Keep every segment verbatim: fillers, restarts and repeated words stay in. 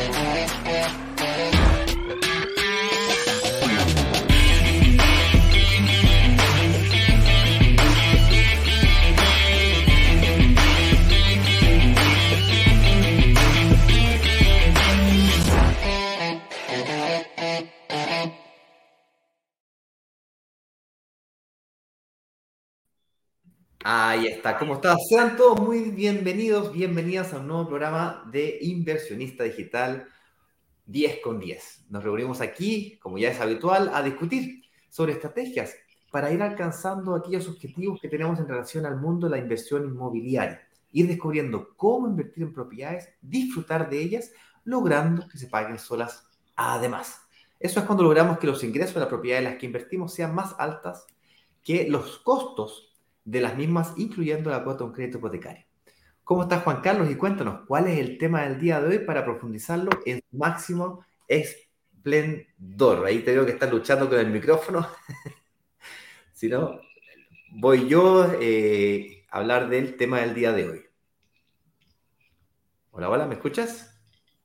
Ahí está, ¿cómo están? Sean todos muy bienvenidos, bienvenidas a un nuevo programa de Inversionista Digital diez con diez. Nos reunimos aquí, como ya es habitual, a discutir sobre estrategias para ir alcanzando aquellos objetivos que tenemos en relación al mundo de la inversión inmobiliaria. Ir descubriendo cómo invertir en propiedades, disfrutar de ellas, logrando que se paguen solas además. Eso es cuando logramos que los ingresos de la propiedad en las que invertimos sean más altas que los costos de las mismas, incluyendo la cuota de un crédito hipotecario. ¿Cómo estás, Juan Carlos? Y cuéntanos, ¿cuál es el tema del día de hoy para profundizarlo en su máximo esplendor? Ahí te veo que estás luchando con el micrófono. Si no, voy yo eh, a hablar del tema del día de hoy. Hola, hola, ¿me escuchas?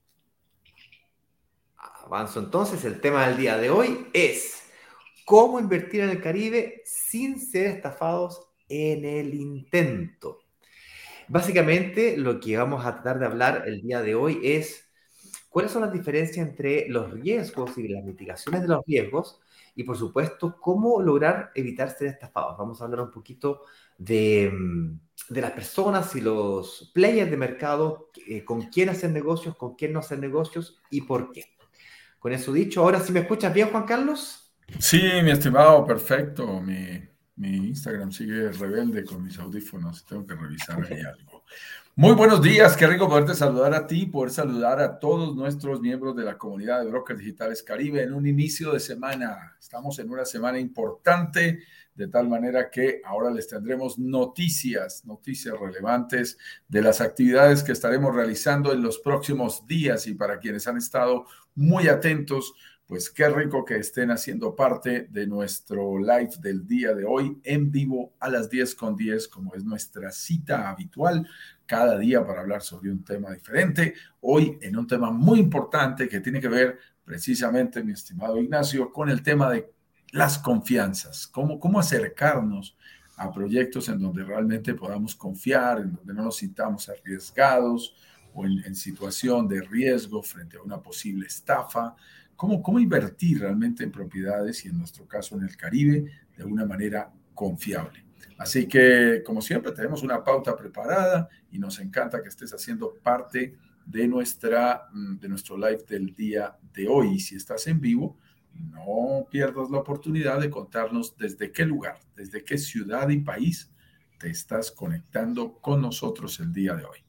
Avanzo entonces. El tema del día de hoy es cómo invertir en el Caribe sin ser estafados en el intento. Básicamente, lo que vamos a tratar de hablar el día de hoy es cuáles son las diferencias entre los riesgos y las mitigaciones de los riesgos y, por supuesto, cómo lograr evitar ser estafados. Vamos a hablar un poquito de, de las personas y los players de mercado, eh, con quién hacer negocios, con quién no hacer negocios y por qué. Con eso dicho, ahora sí me escuchas bien, Juan Carlos. Sí, mi estimado, perfecto. Mi, mi Instagram sigue rebelde con mis audífonos. Tengo que revisar ahí algo. Muy buenos días, qué rico poderte saludar a ti, poder saludar a todos nuestros miembros de la comunidad de Brokers Digitales Caribe en un inicio de semana. Estamos en una semana importante, de tal manera que ahora les tendremos noticias, noticias relevantes de las actividades que estaremos realizando en los próximos días. Y para quienes han estado muy atentos, pues qué rico que estén haciendo parte de nuestro live del día de hoy en vivo a las diez con diez, como es nuestra cita habitual cada día para hablar sobre un tema diferente. Hoy en un tema muy importante que tiene que ver precisamente, mi estimado Ignacio, con el tema de las confianzas, cómo, cómo acercarnos a proyectos en donde realmente podamos confiar, en donde no nos sintamos arriesgados o en, en situación de riesgo frente a una posible estafa. ¿Cómo, cómo invertir realmente en propiedades y en nuestro caso en el Caribe de una manera confiable? Así que, como siempre, tenemos una pauta preparada y nos encanta que estés haciendo parte de, nuestra, de nuestro live del día de hoy. Y si estás en vivo, no pierdas la oportunidad de contarnos desde qué lugar, desde qué ciudad y país te estás conectando con nosotros el día de hoy.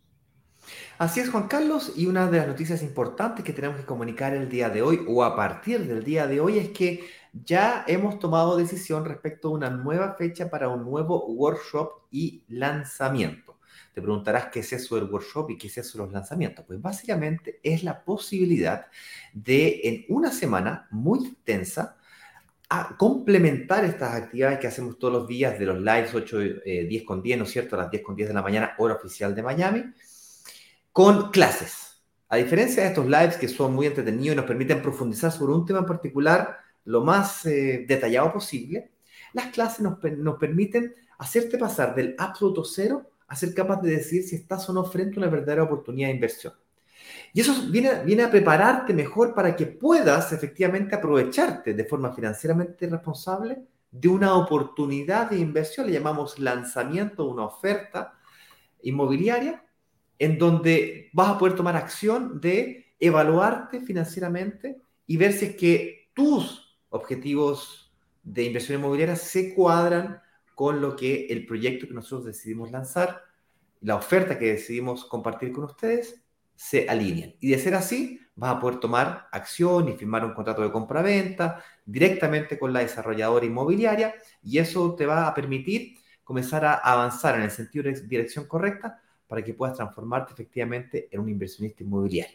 Así es, Juan Carlos, y una de las noticias importantes que tenemos que comunicar el día de hoy o a partir del día de hoy es que ya hemos tomado decisión respecto a una nueva fecha para un nuevo workshop y lanzamiento. Te preguntarás qué es eso del workshop y qué es eso de los lanzamientos. Pues básicamente es la posibilidad de en una semana muy intensa a complementar estas actividades que hacemos todos los días de los lives ocho, eh, diez con diez, ¿no es cierto? A las diez con diez de la mañana, hora oficial de Miami, con clases. A diferencia de estos lives que son muy entretenidos y nos permiten profundizar sobre un tema en particular lo más eh, detallado posible, las clases nos, nos permiten hacerte pasar del absoluto cero a ser capaz de decir si estás o no frente a una verdadera oportunidad de inversión. Y eso viene, viene a prepararte mejor para que puedas efectivamente aprovecharte de forma financieramente responsable de una oportunidad de inversión, le llamamos lanzamiento, una oferta inmobiliaria, en donde vas a poder tomar acción de evaluarte financieramente y ver si es que tus objetivos de inversión inmobiliaria se cuadran con lo que el proyecto que nosotros decidimos lanzar, la oferta que decidimos compartir con ustedes, se alinean. Y de ser así, vas a poder tomar acción y firmar un contrato de compra-venta directamente con la desarrolladora inmobiliaria, y eso te va a permitir comenzar a avanzar en el sentido de dirección correcta para que puedas transformarte efectivamente en un inversionista inmobiliario.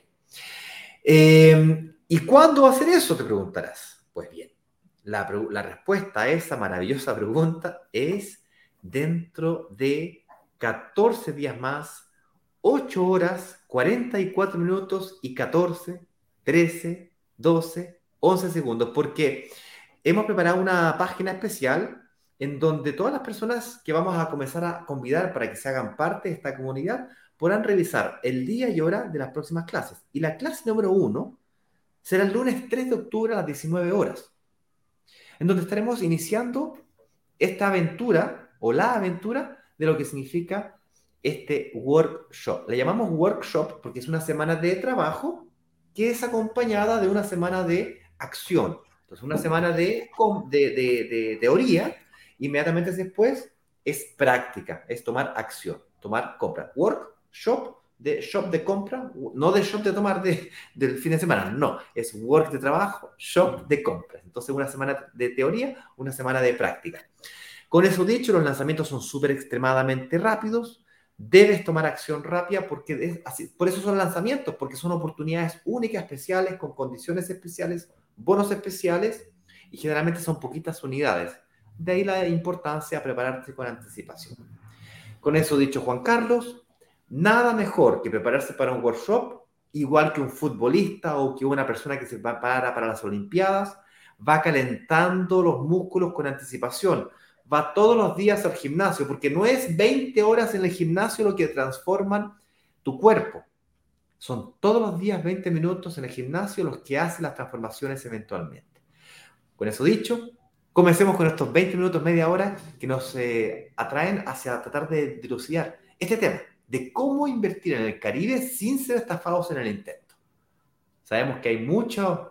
Eh, ¿Y cuándo va a hacer eso? Te preguntarás. Pues bien, la, la respuesta a esa maravillosa pregunta es dentro de catorce días más, ocho horas, cuarenta y cuatro minutos y catorce, trece, doce, once segundos, porque hemos preparado una página especial en donde todas las personas que vamos a comenzar a convidar para que se hagan parte de esta comunidad podrán revisar el día y hora de las próximas clases. Y la clase número uno será el lunes tres de octubre a las diecinueve horas, en donde estaremos iniciando esta aventura o la aventura de lo que significa este workshop. Le llamamos workshop porque es una semana de trabajo que es acompañada de una semana de acción. Entonces, una semana de, de, de, de teoría, inmediatamente después es práctica, es tomar acción, tomar compra. Workshop, de shop de compra, no de shop de tomar de, del fin de semana, no, es work de trabajo, shop de compras. Entonces, una semana de teoría, una semana de práctica. Con eso dicho, los lanzamientos son súper extremadamente rápidos. Debes tomar acción rápida porque es así, por eso son lanzamientos, porque son oportunidades únicas, especiales, con condiciones especiales, bonos especiales y generalmente son poquitas unidades. De ahí la importancia de prepararse con anticipación. Con eso dicho, Juan Carlos, nada mejor que prepararse para un workshop, igual que un futbolista o que una persona que se prepara para las Olimpiadas, va calentando los músculos con anticipación. Va todos los días al gimnasio, porque no es veinte horas en el gimnasio lo que transforman tu cuerpo. Son todos los días veinte minutos en el gimnasio los que hacen las transformaciones eventualmente. Con eso dicho, comencemos con estos veinte minutos, media hora, que nos eh, atraen hacia tratar de dilucidar este tema, de cómo invertir en el Caribe sin ser estafados en el intento. Sabemos que hay mucho,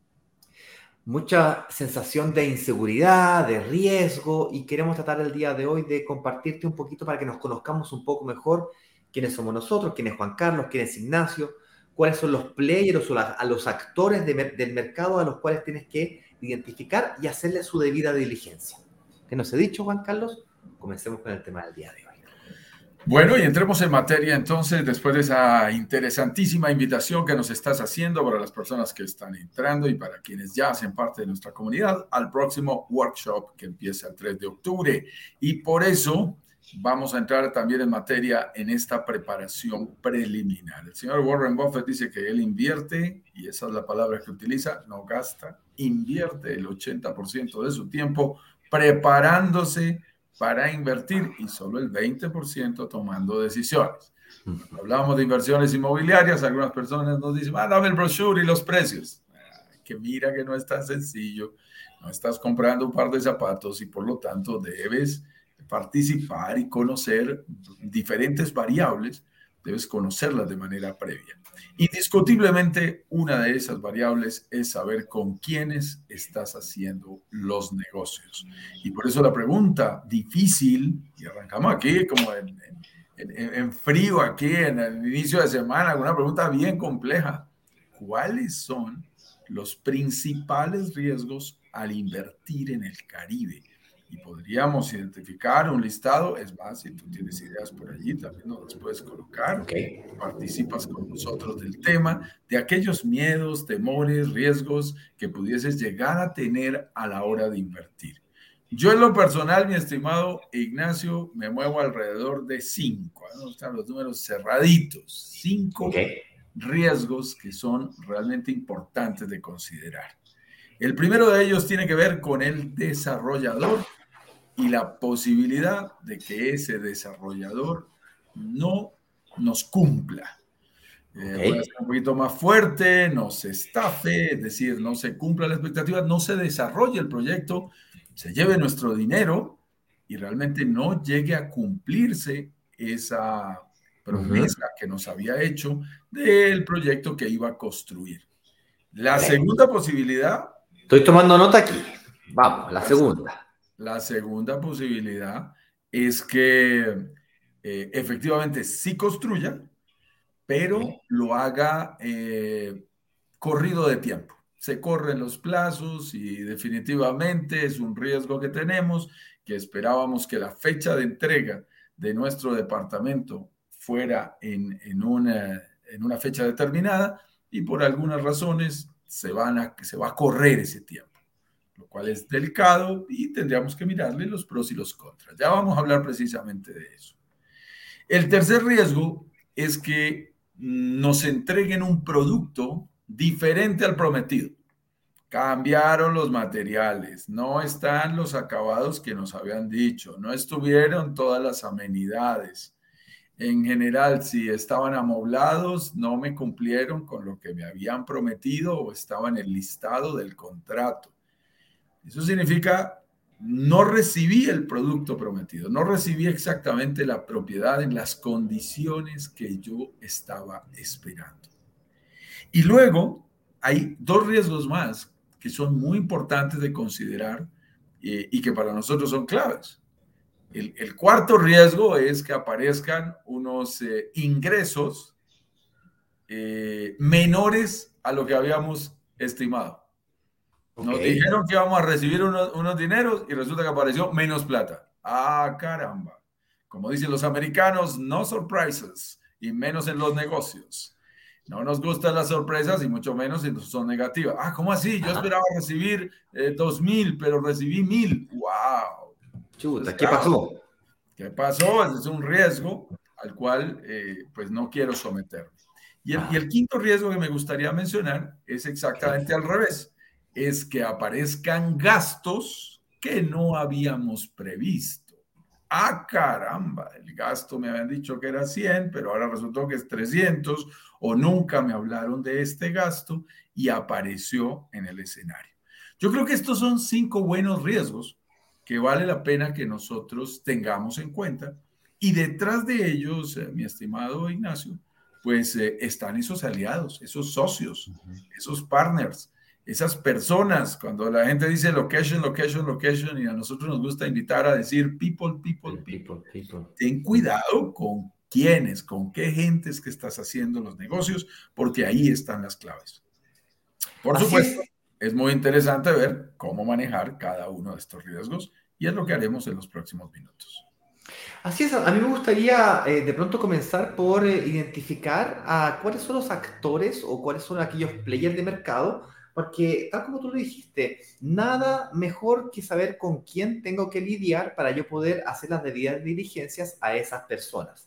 mucha sensación de inseguridad, de riesgo, y queremos tratar el día de hoy de compartirte un poquito para que nos conozcamos un poco mejor quiénes somos nosotros, quién es Juan Carlos, quién es Ignacio, cuáles son los players o la, a los actores de, del mercado a los cuales tienes que identificar y hacerle su debida diligencia. ¿Qué nos he dicho, Juan Carlos? Comencemos con el tema del día de hoy. Bueno, y entremos en materia entonces, después de esa interesantísima invitación que nos estás haciendo para las personas que están entrando y para quienes ya hacen parte de nuestra comunidad, al próximo workshop que empieza el tres de octubre. Y por eso vamos a entrar también en materia en esta preparación preliminar. El señor Warren Buffett dice que él invierte, y esa es la palabra que utiliza, no gasta, invierte el ochenta por ciento de su tiempo preparándose para invertir y solo el veinte por ciento tomando decisiones. Cuando hablamos de inversiones inmobiliarias, algunas personas nos dicen, ah, dame el brochure y los precios. Ah, que mira que no es tan sencillo, no estás comprando un par de zapatos y por lo tanto debes participar y conocer diferentes variables, debes conocerlas de manera previa. Indiscutiblemente, una de esas variables es saber con quiénes estás haciendo los negocios. Y por eso la pregunta difícil, y arrancamos aquí como en, en, en frío, aquí en el inicio de semana, una pregunta bien compleja. ¿Cuáles son los principales riesgos al invertir en el Caribe? Y podríamos identificar un listado, es más, si tú tienes ideas por allí, también nos las puedes colocar, okay. Participas con nosotros del tema, de aquellos miedos, temores, riesgos que pudieses llegar a tener a la hora de invertir. Yo en lo personal, mi estimado Ignacio, me muevo alrededor de cinco, ¿no? Están los números cerraditos, cinco okay. riesgos que son realmente importantes de considerar. El primero de ellos tiene que ver con el desarrollador y la posibilidad de que ese desarrollador no nos cumpla. Eh, okay. Puede ser un poquito más fuerte, nos estafe, es decir, no se cumpla la expectativa, no se desarrolle el proyecto, se lleve nuestro dinero y realmente no llegue a cumplirse esa promesa uh-huh. que nos había hecho del proyecto que iba a construir. La okay. segunda posibilidad... Estoy tomando nota aquí. Vamos, la segunda. La segunda posibilidad es que eh, efectivamente sí construya, pero okay. lo haga eh, corrido de tiempo. Se corren los plazos y definitivamente es un riesgo que tenemos, que esperábamos que la fecha de entrega de nuestro departamento fuera en, en, una, en una fecha determinada y por algunas razones se, van a, se va a correr ese tiempo, lo cual es delicado y tendríamos que mirarle los pros y los contras. Ya vamos a hablar precisamente de eso. El tercer riesgo es que nos entreguen un producto diferente al prometido. Cambiaron los materiales, no están los acabados que nos habían dicho, no estuvieron todas las amenidades. En general, si estaban amoblados, no me cumplieron con lo que me habían prometido o estaba en el listado del contrato. Eso significa no recibí el producto prometido, no recibí exactamente la propiedad en las condiciones que yo estaba esperando. Y luego hay dos riesgos más que son muy importantes de considerar eh, y que para nosotros son claves. El, el cuarto riesgo es que aparezcan unos eh, ingresos eh, menores a lo que habíamos estimado. Ok. Nos dijeron que íbamos a recibir unos, unos dineros y resulta que apareció menos plata. Ah, caramba. Como dicen los americanos, no surprises y menos en los negocios. No nos gustan las sorpresas y mucho menos si son negativas. Ah, ¿cómo así? Yo Ajá. esperaba recibir eh, dos mil, pero recibí mil. ¡Wow! Entonces, Chuta, ¿qué claro, pasó? ¿qué pasó? Ese es un riesgo al cual eh, pues no quiero someterme. Y el, y Ajá. el quinto riesgo que me gustaría mencionar es exactamente Ok. al revés. Es que aparezcan gastos que no habíamos previsto. Ah, caramba, el gasto me habían dicho que era cien, pero ahora resultó que es trescientos, o nunca me hablaron de este gasto y apareció en el escenario. Yo creo que estos son cinco buenos riesgos que vale la pena que nosotros tengamos en cuenta. Y detrás de ellos, eh, mi estimado Ignacio, pues eh, están esos aliados, esos socios, Ujú. esos partners, esas personas. Cuando la gente dice location, location, location, y a nosotros nos gusta invitar a decir people, people, El people. people, people. Ten Mm. cuidado con quiénes, con qué gentes que estás haciendo los negocios, porque ahí están las claves. Por Así supuesto, es. es muy interesante ver cómo manejar cada uno de estos riesgos y es lo que haremos en los próximos minutos. Así es, a mí me gustaría eh, de pronto comenzar por eh, identificar a cuáles son los actores o cuáles son aquellos players de mercado, porque tal como tú lo dijiste, nada mejor que saber con quién tengo que lidiar para yo poder hacer las debidas diligencias a esas personas.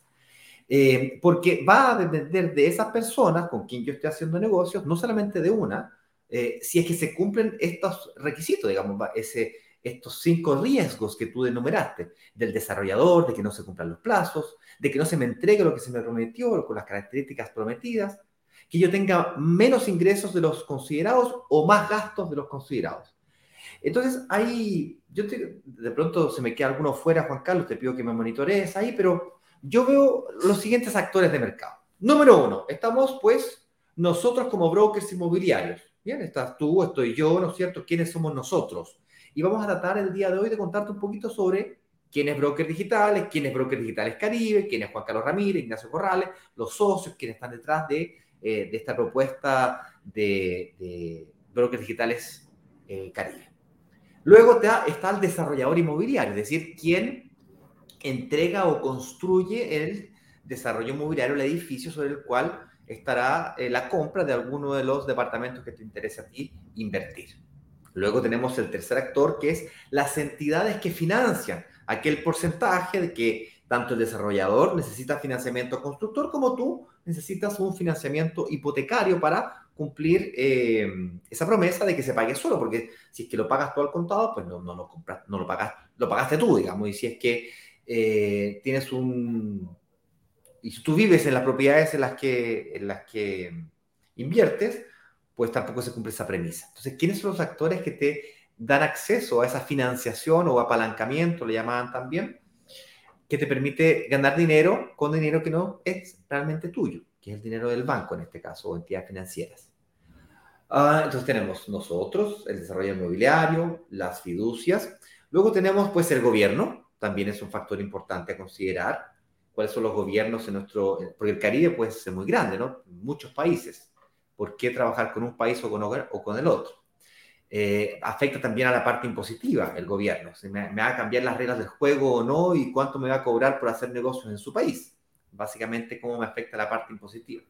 Eh, porque va a depender de esas personas con quien yo estoy haciendo negocios, no solamente de una, eh, si es que se cumplen estos requisitos, digamos, va, ese, estos cinco riesgos que tú enumeraste, del desarrollador, de que no se cumplan los plazos, de que no se me entregue lo que se me prometió, con las características prometidas, que yo tenga menos ingresos de los considerados o más gastos de los considerados. Entonces, ahí, yo te, de pronto se me queda alguno fuera, Juan Carlos, te pido que me monitorees ahí, pero yo veo los siguientes actores de mercado. Número uno, estamos pues nosotros como brokers inmobiliarios. Bien, estás tú, estoy yo, ¿no es cierto? ¿Quiénes somos nosotros? Y vamos a tratar el día de hoy de contarte un poquito sobre quién es Brokers Digitales, quién es Brokers Digitales Caribe, quién es Juan Carlos Ramírez, Ignacio Corrales, los socios, quienes están detrás de, eh, de esta propuesta de, de Brokers Digitales eh, Caribe. Luego está el desarrollador inmobiliario, es decir, quien entrega o construye el desarrollo inmobiliario, el edificio sobre el cual estará eh, la compra de alguno de los departamentos que te interese a ti invertir. Luego tenemos el tercer actor, que es las entidades que financian aquel porcentaje de que tanto el desarrollador necesita financiamiento constructor como tú necesitas un financiamiento hipotecario para cumplir eh, esa promesa de que se pague solo, porque si es que lo pagas tú al contado, pues no, no lo compras, no lo pagas, lo pagaste tú, digamos, y si es que eh, tienes un, y si tú vives en las propiedades en las que, en las que inviertes, pues tampoco se cumple esa premisa. Entonces, ¿quiénes son los actores que te dan acceso a esa financiación o apalancamiento, le llamaban también, que te permite ganar dinero con dinero que no es realmente tuyo, que es el dinero del banco en este caso, o entidades financieras? Ah, entonces tenemos nosotros, el desarrollo inmobiliario, las fiducias. Luego tenemos pues el gobierno, también es un factor importante a considerar. ¿Cuáles son los gobiernos en nuestro...? Porque el Caribe puede ser muy grande, ¿no? Muchos países. ¿Por qué trabajar con un país o con, o con el otro? Eh, afecta también a la parte impositiva el gobierno. ¿Se me, me va a cambiar las reglas del juego o no? ¿Y cuánto me va a cobrar por hacer negocios en su país? Básicamente, cómo me afecta la parte impositiva.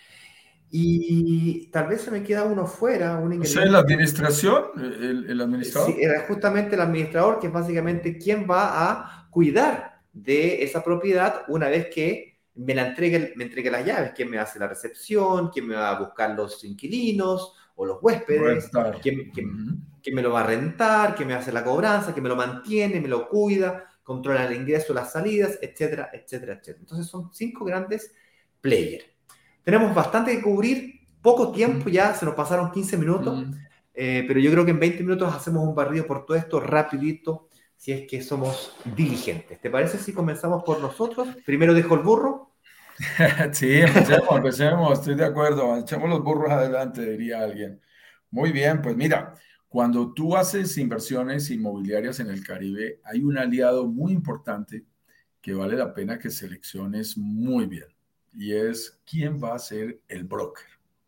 Y tal vez se me queda uno fuera, un O sea, la ingrediente que administración, el, el sí, administrador. era justamente el administrador, que es básicamente quien va a cuidar de esa propiedad una vez que me, la entregue, me entregue las llaves, quién me hace la recepción, quién me va a buscar los inquilinos o los huéspedes, Rentar. quién, quién, Ujú. quién me lo va a rentar, quién me hace la cobranza, quién me lo mantiene, me lo cuida, controla el ingreso, las salidas, etcétera, etcétera, etcétera. Entonces son cinco grandes players. Tenemos bastante que cubrir, poco tiempo ya, se nos pasaron quince minutos, Mm. eh, pero yo creo que en veinte minutos hacemos un barrido por todo esto rapidito, si es que somos diligentes. ¿Te parece si comenzamos por nosotros? Primero dejo el burro. Sí, empecemos, empecemos, estoy de acuerdo, echemos los burros adelante, diría alguien. Muy bien, pues mira, cuando tú haces inversiones inmobiliarias en el Caribe, hay un aliado muy importante que vale la pena que selecciones muy bien, y es quién va a ser el broker.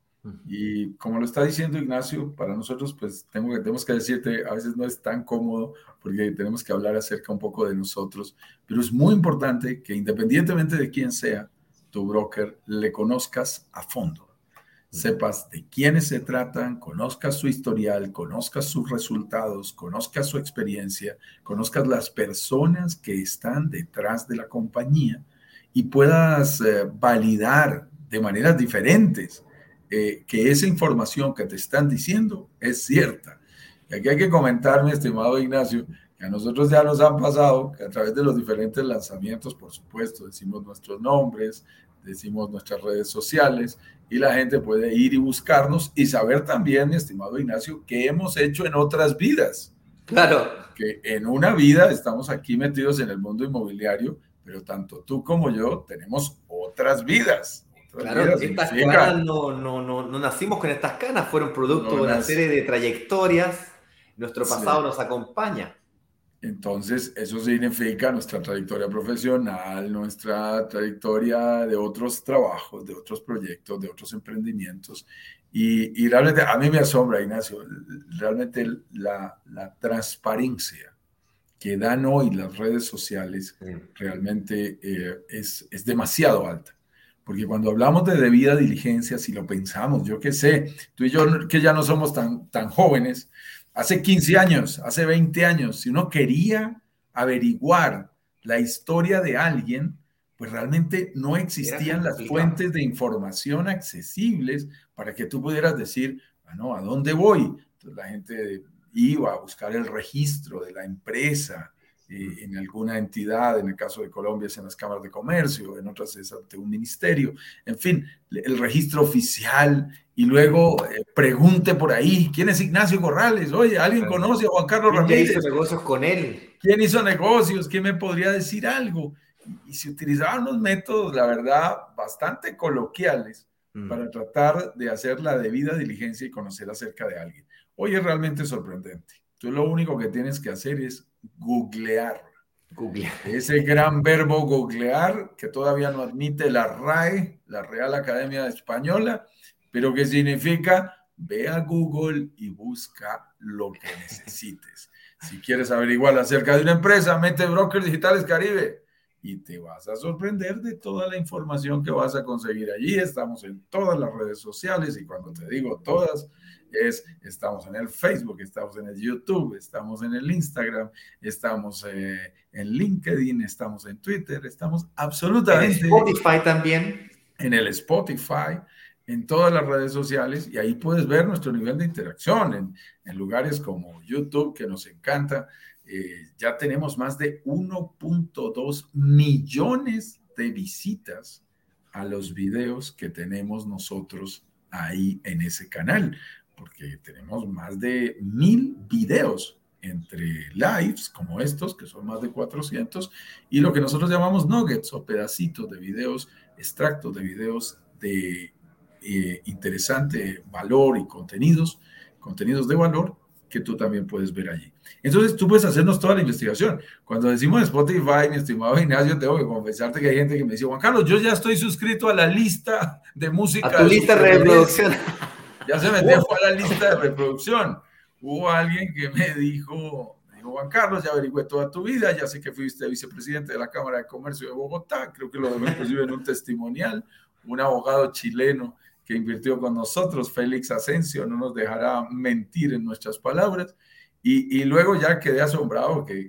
Y como lo está diciendo Ignacio, para nosotros, pues tengo que, tenemos que decirte, a veces no es tan cómodo porque tenemos que hablar acerca un poco de nosotros, pero es muy importante que independientemente de quién sea tu broker, le conozcas a fondo, sepas de quiénes se tratan, conozcas su historial, conozcas sus resultados, conozcas su experiencia, conozcas las personas que están detrás de la compañía y puedas eh, validar de maneras diferentes eh, que esa información que te están diciendo es cierta. Y aquí hay que comentar, mi estimado Ignacio, que a nosotros ya nos han pasado que a través de los diferentes lanzamientos, por supuesto, decimos nuestros nombres, decimos nuestras redes sociales y la gente puede ir y buscarnos y saber también, mi estimado Ignacio, qué hemos hecho en otras vidas. Claro. Que en una vida estamos aquí metidos en el mundo inmobiliario, pero tanto tú como yo tenemos otras vidas. Otras Claro, vidas estas significa canas no, no, no, no nacimos con estas canas, fueron producto no de una nas- serie de trayectorias. Nuestro pasado sí. nos acompaña. Entonces, eso significa nuestra trayectoria profesional, nuestra trayectoria de otros trabajos, de otros proyectos, de otros emprendimientos. Y, y realmente a mí me asombra, Ignacio, realmente la, la transparencia que dan hoy las redes sociales Sí. realmente eh, es, es demasiado alta. Porque cuando hablamos de debida diligencia, si lo pensamos, yo qué sé, tú y yo que ya no somos tan, tan jóvenes, hace quince años, hace veinte años, si uno quería averiguar la historia de alguien, pues realmente no Era existían las complicado. fuentes de información accesibles para que tú pudieras decir, bueno, ¿a dónde voy? Entonces la gente iba a buscar el registro de la empresa eh, en alguna entidad, en el caso de Colombia es en las cámaras de comercio, en otras es ante un ministerio, en fin, el registro oficial y luego eh, pregunte por ahí, ¿quién es Ignacio Corrales? Oye, ¿alguien Claro. conoce a Juan Carlos ¿Quién ya hizo Ramírez? negocios con él? ¿Quién hizo negocios? ¿Quién me podría decir algo? Y, y se utilizaban unos métodos, la verdad, bastante coloquiales Mm. para tratar de hacer la debida diligencia y conocer acerca de alguien. Hoy es realmente sorprendente. Tú lo único que tienes que hacer es googlear. Google. Ese gran verbo googlear que todavía no admite la R A E, la Real Academia Española, pero que significa ve a Google y busca lo que necesites. Si quieres averiguar acerca de una empresa, mete Brokers Digitales Caribe y te vas a sorprender de toda la información que vas a conseguir allí. Estamos en todas las redes sociales y cuando te digo todas, es estamos en el Facebook, estamos en el YouTube, estamos en el Instagram, estamos eh, en LinkedIn, estamos en Twitter, estamos En absolutamente Spotify también. en el Spotify, en todas las redes sociales y ahí puedes ver nuestro nivel de interacción en, en lugares como YouTube, que nos encanta. Eh, ya tenemos más de uno punto dos millones de visitas a los videos que tenemos nosotros ahí en ese canal, porque tenemos más de mil videos entre lives como estos, que son más de cuatrocientos, y lo que nosotros llamamos nuggets o pedacitos de videos, extractos de videos de eh, interesante valor y contenidos, contenidos de valor que tú también puedes ver allí. Entonces tú puedes hacernos toda la investigación. Cuando decimos Spotify, mi estimado Ignacio, tengo que confesarte que hay gente que me dice, Juan Carlos, yo ya estoy suscrito a la lista de A música tu de su lista de preferencia. reproducción. Ya se metió a la lista de reproducción. Hubo alguien que me dijo, me dijo, Juan Carlos, ya averigüé toda tu vida, ya sé que fuiste vicepresidente de la Cámara de Comercio de Bogotá, creo que lo dejó inclusive en un testimonial, un abogado chileno que invirtió con nosotros, Félix Asensio, no nos dejará mentir en nuestras palabras, y, y luego ya quedé asombrado que, que,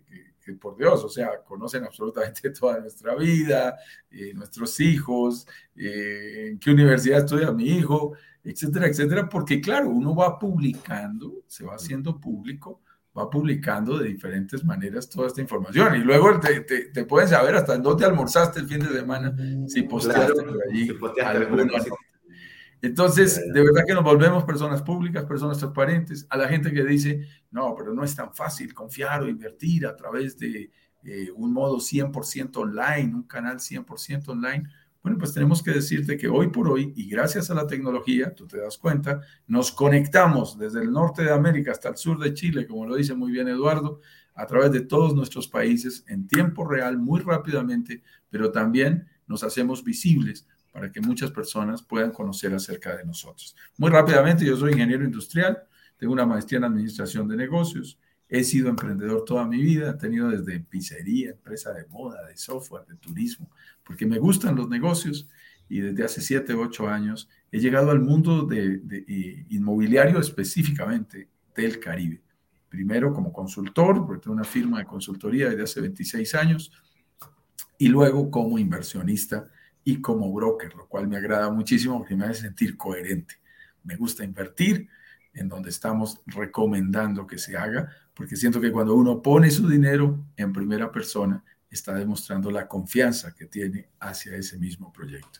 porque por Dios, o sea, conocen absolutamente toda nuestra vida, eh, nuestros hijos, eh, en qué universidad estudia mi hijo, etcétera, etcétera, porque claro, uno va publicando, se va haciendo público, va publicando de diferentes maneras toda esta información y luego te, te, te pueden saber hasta en dónde almorzaste el fin de semana si posteaste por Claro, si allí posteaste alguna alguna cosita. nota. Entonces, de verdad que nos volvemos personas públicas, personas transparentes. A la gente que dice, no, pero no es tan fácil confiar o invertir a través de eh, un modo cien por ciento online, un canal cien por ciento online. Bueno, pues tenemos que decirte que hoy por hoy, y gracias a la tecnología, tú te das cuenta, nos conectamos desde el norte de América hasta el sur de Chile, como lo dice muy bien Eduardo, a través de todos nuestros países en tiempo real, muy rápidamente, pero también nos hacemos visibles para que muchas personas puedan conocer acerca de nosotros. Muy rápidamente, yo soy ingeniero industrial, tengo una maestría en administración de negocios, he sido emprendedor toda mi vida, he tenido desde pizzería, empresa de moda, de software, de turismo, porque me gustan los negocios y desde hace siete, ocho años he llegado al mundo de, de, de inmobiliario específicamente del Caribe. Primero como consultor, porque tengo una firma de consultoría desde hace veintiséis años, y luego como inversionista y como broker, lo cual me agrada muchísimo porque me hace sentir coherente. Me gusta invertir en donde estamos recomendando que se haga, porque siento que cuando uno pone su dinero en primera persona, está demostrando la confianza que tiene hacia ese mismo proyecto.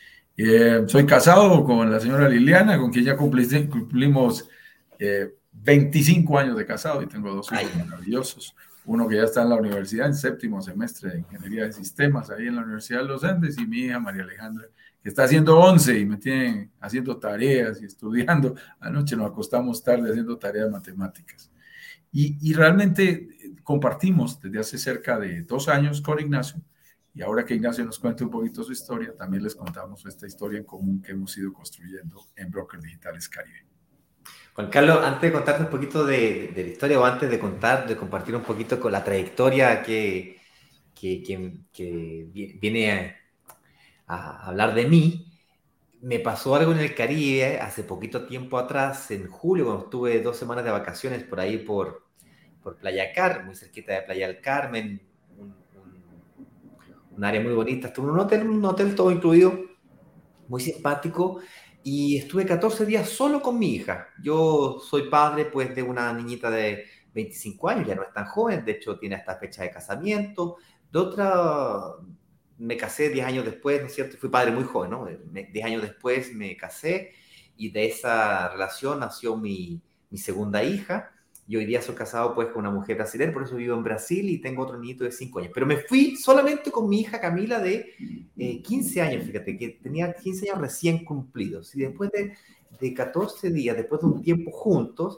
Eh, soy casado con la señora Liliana, con quien ya cumpli, cumplimos eh, veinticinco años de casado y tengo dos hijos Ay. maravillosos. Uno que ya está en la universidad, en séptimo semestre de Ingeniería de Sistemas, ahí en la Universidad de los Andes, y mi hija María Alejandra, que está haciendo once y me tiene haciendo tareas y estudiando. Anoche nos acostamos tarde haciendo tareas matemáticas. Y, y realmente compartimos desde hace cerca de dos años con Ignacio, y ahora que Ignacio nos cuente un poquito su historia, también les contamos esta historia en común que hemos ido construyendo en Brokers Digitales Caribe. Juan Carlos, antes de contarte un poquito de, de la historia, o antes de contar, de compartir un poquito con la trayectoria que, que, que, que viene a, a hablar de mí, me pasó algo en el Caribe hace poquito tiempo atrás, en julio, cuando estuve dos semanas de vacaciones por ahí por, por Playa Carmen, muy cerquita de Playa del Carmen, un, un, un área muy bonita. Estuve en un hotel, un hotel todo incluido, muy simpático, y estuve catorce días solo con mi hija. Yo soy padre, pues, de una niñita de veinticinco años, ya no es tan joven, de hecho tiene hasta fecha de casamiento. De otra, me casé diez años después, ¿no es cierto? Fui padre muy joven, ¿no? diez años después me casé y de esa relación nació mi, mi segunda hija. Y hoy día soy casado, pues, con una mujer brasileña, por eso vivo en Brasil y tengo otro niñito de cinco años. Pero me fui solamente con mi hija Camila de eh, quince años, fíjate, que tenía quince años recién cumplidos. Y después de, de catorce días, después de un tiempo juntos,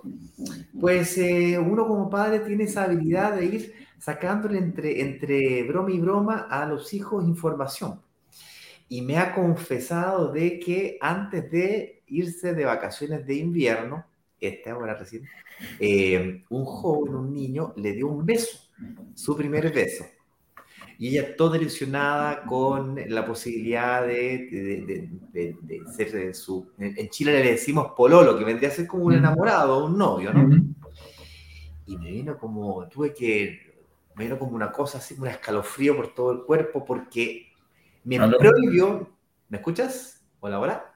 pues eh, uno como padre tiene esa habilidad de ir sacándole entre, entre broma y broma a los hijos información. Y me ha confesado de que antes de irse de vacaciones de invierno, este ahora recién, eh, un joven, un niño, le dio un beso, su primer beso. Y ella toda ilusionada con la posibilidad de, de, de, de, de ser su... En Chile le decimos pololo, que vendría a ser como un enamorado, un novio, ¿no? Uh-huh. Y me vino como, tuve que, me vino como una cosa así, un escalofrío por todo el cuerpo, porque me ¿Aló? prohibió... ¿Me escuchas? Hola, hola.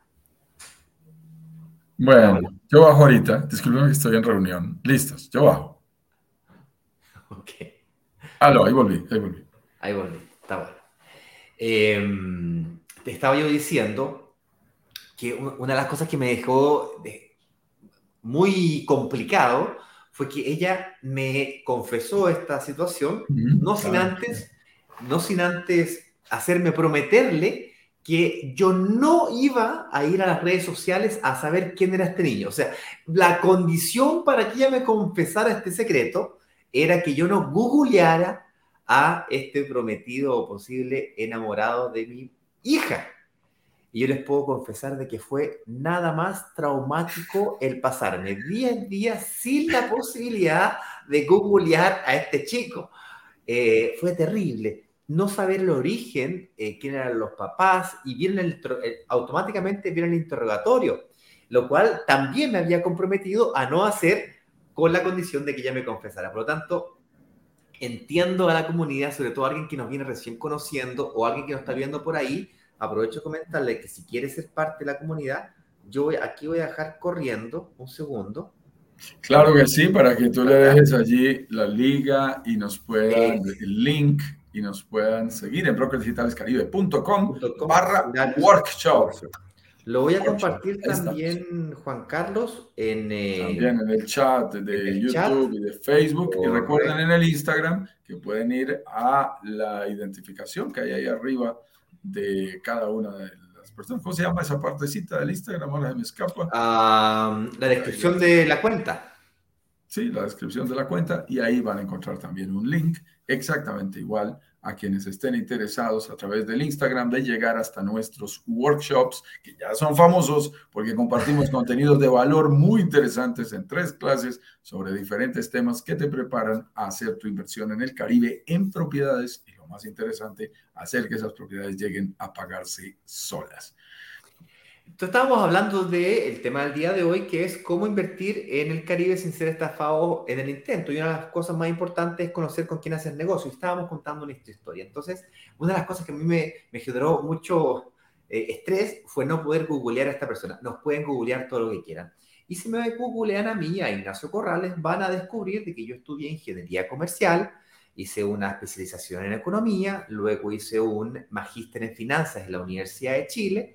Bueno, hola, hola. Yo bajo ahorita, disculpen que estoy en reunión. Listos, yo bajo. Ok. Aló, ahí volví, ahí volví. Ahí volví, está bueno. Eh, te estaba yo diciendo que una de las cosas que me dejó de, muy complicado fue que ella me confesó esta situación, uh-huh, no, sin claro. antes, no sin antes hacerme prometerle que yo no iba a ir a las redes sociales a saber quién era este niño. O sea, la condición para que ella me confesara este secreto era que yo no googleara a este prometido o posible enamorado de mi hija. Y yo les puedo confesar de que fue nada más traumático el pasarme diez días sin la posibilidad de googlear a este chico. Eh, fue terrible. No saber el origen, eh, quién eran los papás, y viene el, eh, automáticamente viene el interrogatorio, lo cual también me había comprometido a no hacer con la condición de que ella me confesara. Por lo tanto, entiendo a la comunidad, sobre todo a alguien que nos viene recién conociendo o alguien que nos está viendo por ahí. Aprovecho de comentarle que si quiere ser parte de la comunidad, yo voy, aquí voy a dejar corriendo un segundo. Claro que sí, para que tú le ¿Verdad? dejes allí la liga y nos puedan, Eh, el link y nos puedan seguir en broker digitales caribe punto com .com barra slash workshop. workshop. Lo voy a Workshop. compartir Ahí estamos. también, Juan Carlos, en, eh, También en el chat en de el chat. YouTube y de Facebook. Y recuerden en Correcto. el Instagram que pueden ir a la identificación que hay ahí arriba de cada una de las personas. ¿Cómo se llama esa partecita del Instagram? Ahora se me escapa. Ah, la Ahí lo descripción de tienen. la cuenta. Sí, la descripción de la cuenta y ahí van a encontrar también un link exactamente igual a quienes estén interesados a través del Instagram de llegar hasta nuestros workshops, que ya son famosos porque compartimos contenidos de valor muy interesantes en tres clases sobre diferentes temas que te preparan a hacer tu inversión en el Caribe en propiedades y lo más interesante, hacer que esas propiedades lleguen a pagarse solas. Entonces estábamos hablando del tema del día de hoy, que es cómo invertir en el Caribe sin ser estafado en el intento. Y una de las cosas más importantes es conocer con quién hacer negocio. Y estábamos contando nuestra historia. Entonces, una de las cosas que a mí me, me generó mucho eh, estrés fue no poder googlear a esta persona. Nos pueden googlear todo lo que quieran. Y si me googlean a mí, a Ignacio Corrales, van a descubrir de que yo estudié ingeniería comercial, hice una especialización en economía, luego hice un magíster en finanzas en la Universidad de Chile.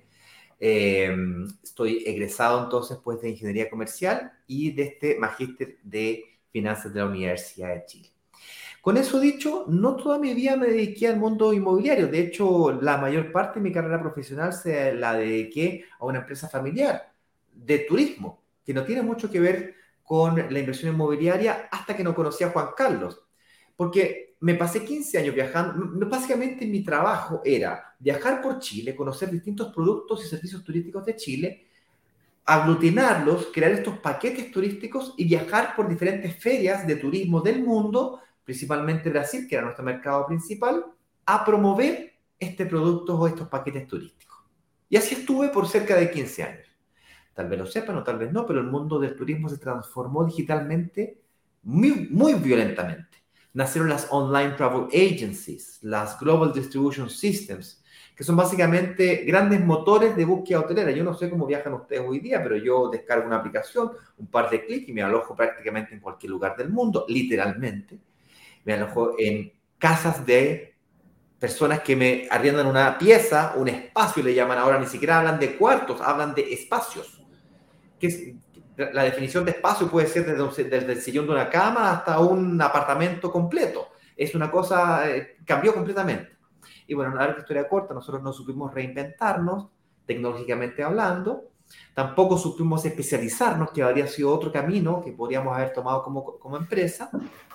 Eh, estoy egresado entonces pues de Ingeniería Comercial y de este magíster de Finanzas de la Universidad de Chile. Con eso dicho, no toda mi vida me dediqué al mundo inmobiliario. De hecho, la mayor parte de mi carrera profesional se la dediqué a una empresa familiar de turismo, que no tiene mucho que ver con la inversión inmobiliaria hasta que no conocí a Juan Carlos. Porque me pasé quince años viajando, básicamente mi trabajo era viajar por Chile, conocer distintos productos y servicios turísticos de Chile, aglutinarlos, crear estos paquetes turísticos y viajar por diferentes ferias de turismo del mundo, principalmente Brasil, que era nuestro mercado principal, a promover este producto o estos paquetes turísticos. Y así estuve por cerca de quince años. Tal vez lo sepan o tal vez no, pero el mundo del turismo se transformó digitalmente muy, muy violentamente. Nacieron las Online Travel Agencies, las Global Distribution Systems, que son básicamente grandes motores de búsqueda hotelera. Yo no sé cómo viajan ustedes hoy día, pero yo descargo una aplicación, un par de clics y me alojo prácticamente en cualquier lugar del mundo, literalmente. Me alojo en casas de personas que me arriendan una pieza, un espacio, le llaman ahora, ni siquiera hablan de cuartos, hablan de espacios. Que es, la definición de espacio puede ser desde, desde el sillón de una cama hasta un apartamento completo. Es una cosa, eh, cambió completamente. Y bueno, una larga historia corta, nosotros no supimos reinventarnos, tecnológicamente hablando, tampoco supimos especializarnos, que habría sido otro camino que podríamos haber tomado como, como empresa.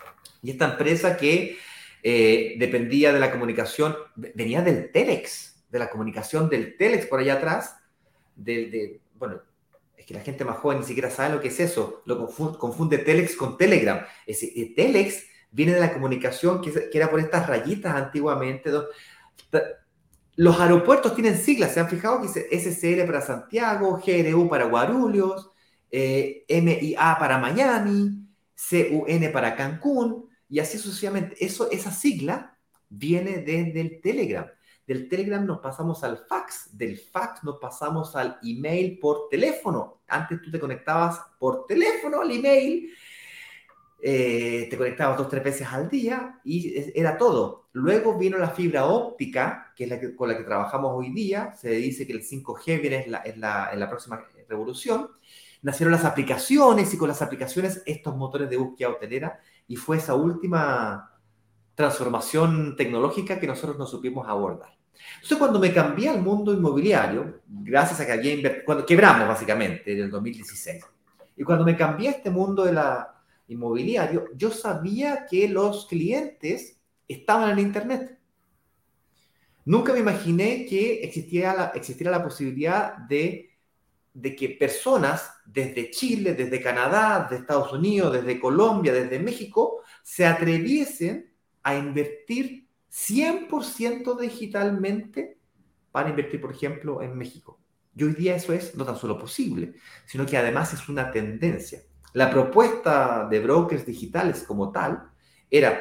Y esta empresa que eh, dependía de la comunicación, venía del Telex, de la comunicación del Telex por allá atrás, de, de bueno, es que la gente más joven ni siquiera sabe lo que es eso, lo confunde, confunde Telex con Telegram. Ese, eh, Telex viene de la comunicación que, que, era por estas rayitas antiguamente. Donde, los aeropuertos tienen siglas, ¿se han fijado? Que dice S C L para Santiago, G R U para Guarulhos, eh, M I A para Miami, C U N para Cancún, y así sucesivamente. Eso, esa sigla viene desde el Telegram. Del Telegram nos pasamos al fax, del fax nos pasamos al email por teléfono. Antes tú te conectabas por teléfono al email, eh, te conectabas dos o tres veces al día y era todo. Luego vino la fibra óptica, que es la que, con la que trabajamos hoy día. Se dice que el cinco G viene en la, en la, en la próxima revolución. Nacieron las aplicaciones y con las aplicaciones estos motores de búsqueda hotelera, y fue esa última transformación tecnológica que nosotros no supimos abordar. Entonces, cuando me cambié al mundo inmobiliario, gracias a que había invertido, cuando quebramos básicamente en el dos mil dieciséis, y cuando me cambié a este mundo de la inmobiliario, yo sabía que los clientes estaban en Internet. Nunca me imaginé que existiera la, existiera la posibilidad de, de que personas desde Chile, desde Canadá, desde Estados Unidos, desde Colombia, desde México, se atreviesen a invertir cien por ciento digitalmente para invertir, por ejemplo, en México. Y hoy día eso es no tan solo posible, sino que además es una tendencia. La propuesta de brokers digitales como tal era,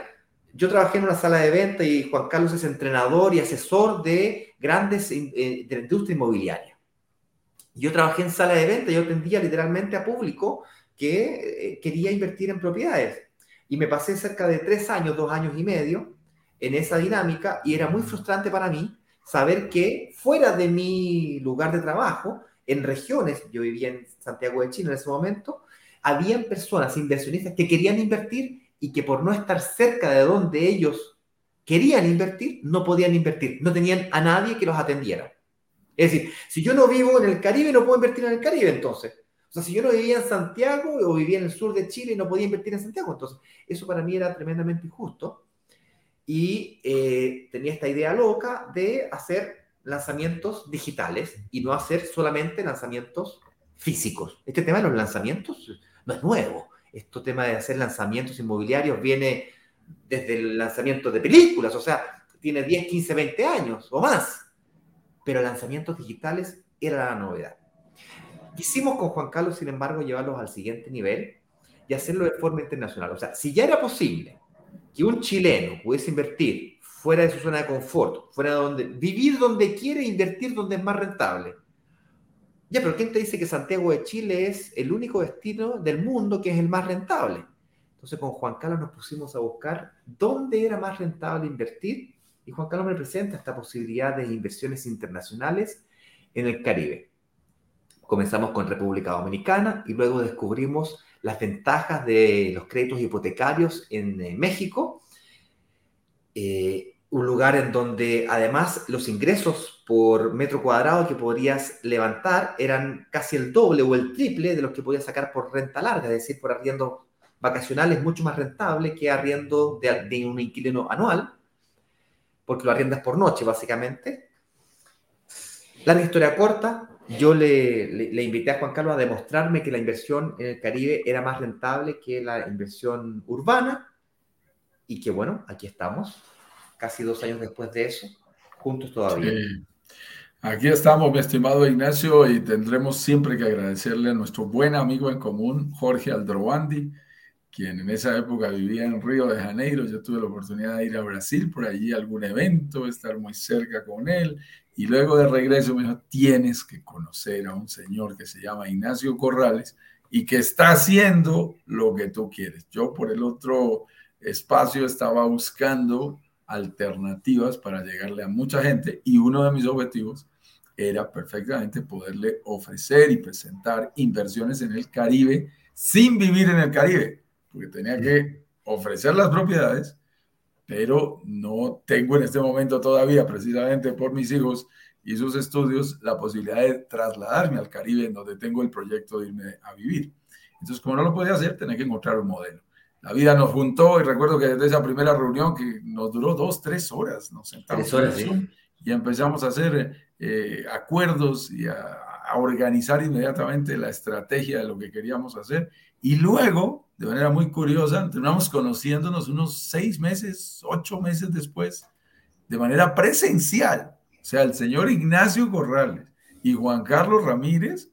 yo trabajé en una sala de venta y Juan Carlos es entrenador y asesor de grandes eh, de la industria inmobiliaria. Yo trabajé en sala de venta, yo atendía literalmente a público que eh, quería invertir en propiedades. Y me pasé cerca de tres años, dos años y medio en esa dinámica y era muy frustrante para mí saber que fuera de mi lugar de trabajo, en regiones, yo vivía en Santiago de Chile en ese momento, habían personas, inversionistas que querían invertir y que por no estar cerca de donde ellos querían invertir, no podían invertir, no tenían a nadie que los atendiera. Es decir, si yo no vivo en el Caribe, no puedo invertir en el Caribe, entonces. O sea, si yo no vivía en Santiago o vivía en el sur de Chile, no podía invertir en Santiago. Entonces, eso para mí era tremendamente injusto. Y eh, tenía esta idea loca de hacer lanzamientos digitales y no hacer solamente lanzamientos físicos. Este tema de los lanzamientos no es nuevo. Este tema de hacer lanzamientos inmobiliarios viene desde el lanzamiento de películas, o sea, tiene diez, quince, veinte años o más, pero lanzamientos digitales era la novedad. Quisimos con Juan Carlos, sin embargo, llevarlos al siguiente nivel y hacerlo de forma internacional. O sea, si ya era posible que un chileno pudiese invertir fuera de su zona de confort, fuera de donde, vivir donde quiere, invertir donde es más rentable. Ya, pero ¿quién te dice que Santiago de Chile es el único destino del mundo que es el más rentable? Entonces con Juan Carlos nos pusimos a buscar dónde era más rentable invertir y Juan Carlos me presenta esta posibilidad de inversiones internacionales en el Caribe. Comenzamos con República Dominicana y luego descubrimos las ventajas de los créditos hipotecarios en eh, México, eh, un lugar en donde además los ingresos por metro cuadrado que podrías levantar eran casi el doble o el triple de los que podías sacar por renta larga, es decir, por arriendo vacacional es mucho más rentable que arriendo de, de un inquilino anual, porque lo arriendas por noche básicamente. Larga historia corta, yo le, le, le invité a Juan Carlos a demostrarme que la inversión en el Caribe era más rentable que la inversión urbana y que bueno, aquí estamos, casi dos años después de eso, juntos todavía. Sí. Aquí estamos, mi estimado Ignacio, y tendremos siempre que agradecerle a nuestro buen amigo en común, Jorge Aldrovandi, quien en esa época vivía en Río de Janeiro. Yo tuve la oportunidad de ir a Brasil por allí a algún evento, estar muy cerca con él, y luego de regreso me dijo, tienes que conocer a un señor que se llama Ignacio Corrales y que está haciendo lo que tú quieres. Yo por el otro espacio estaba buscando alternativas para llegarle a mucha gente y uno de mis objetivos era perfectamente poderle ofrecer y presentar inversiones en el Caribe sin vivir en el Caribe, porque tenía que ofrecer las propiedades, pero no tengo en este momento todavía, precisamente por mis hijos y sus estudios, la posibilidad de trasladarme al Caribe, en donde tengo el proyecto de irme a vivir. Entonces, como no lo podía hacer, tenía que encontrar un modelo. La vida nos juntó y recuerdo que desde esa primera reunión que nos duró dos, tres horas, nos sentamos Tres en horas, un ¿sí? Zoom y empezamos a hacer eh, acuerdos y a, a organizar inmediatamente la estrategia de lo que queríamos hacer. Y luego, de manera muy curiosa, terminamos conociéndonos unos seis meses, ocho meses después, de manera presencial. O sea, el señor Ignacio Corrales y Juan Carlos Ramírez,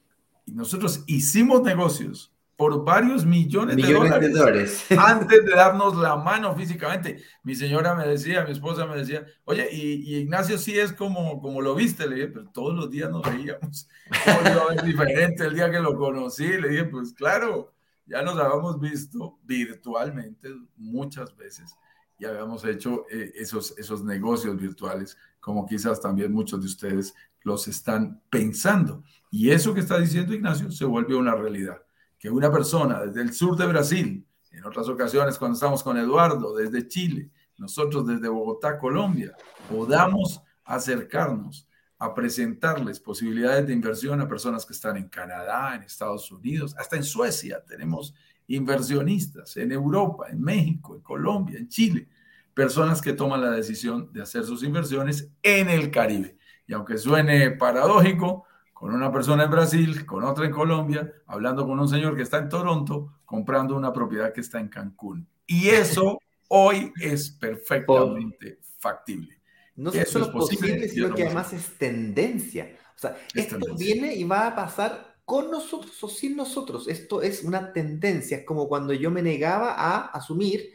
y nosotros hicimos negocios por varios millones de Millones de dólares dólares. antes de darnos la mano físicamente. Mi señora me decía, mi esposa me decía, oye, y, y Ignacio sí es como, como lo viste. Le dije, pero todos los días nos veíamos. ¿Cómo lo iba a ver diferente el día que lo conocí? Le dije, pues claro, ya nos habíamos visto virtualmente muchas veces y habíamos hecho eh, esos, esos negocios virtuales, como quizás también muchos de ustedes los están pensando. Y eso que está diciendo Ignacio se vuelve una realidad. Que una persona desde el sur de Brasil, en otras ocasiones cuando estamos con Eduardo, desde Chile, nosotros desde Bogotá, Colombia, podamos acercarnos a presentarles posibilidades de inversión a personas que están en Canadá, en Estados Unidos, hasta en Suecia tenemos inversionistas, en Europa, en México, en Colombia, en Chile, personas que toman la decisión de hacer sus inversiones en el Caribe. Y aunque suene paradójico, con una persona en Brasil, con otra en Colombia, hablando con un señor que está en Toronto, comprando una propiedad que está en Cancún. Y eso hoy es perfectamente factible. No Eso es solo posible posible, y es sino lo que más además importante. es tendencia. O sea, Es esto tendencia. viene y va a pasar con nosotros o sin nosotros. Esto es una tendencia. Es como cuando yo me negaba a asumir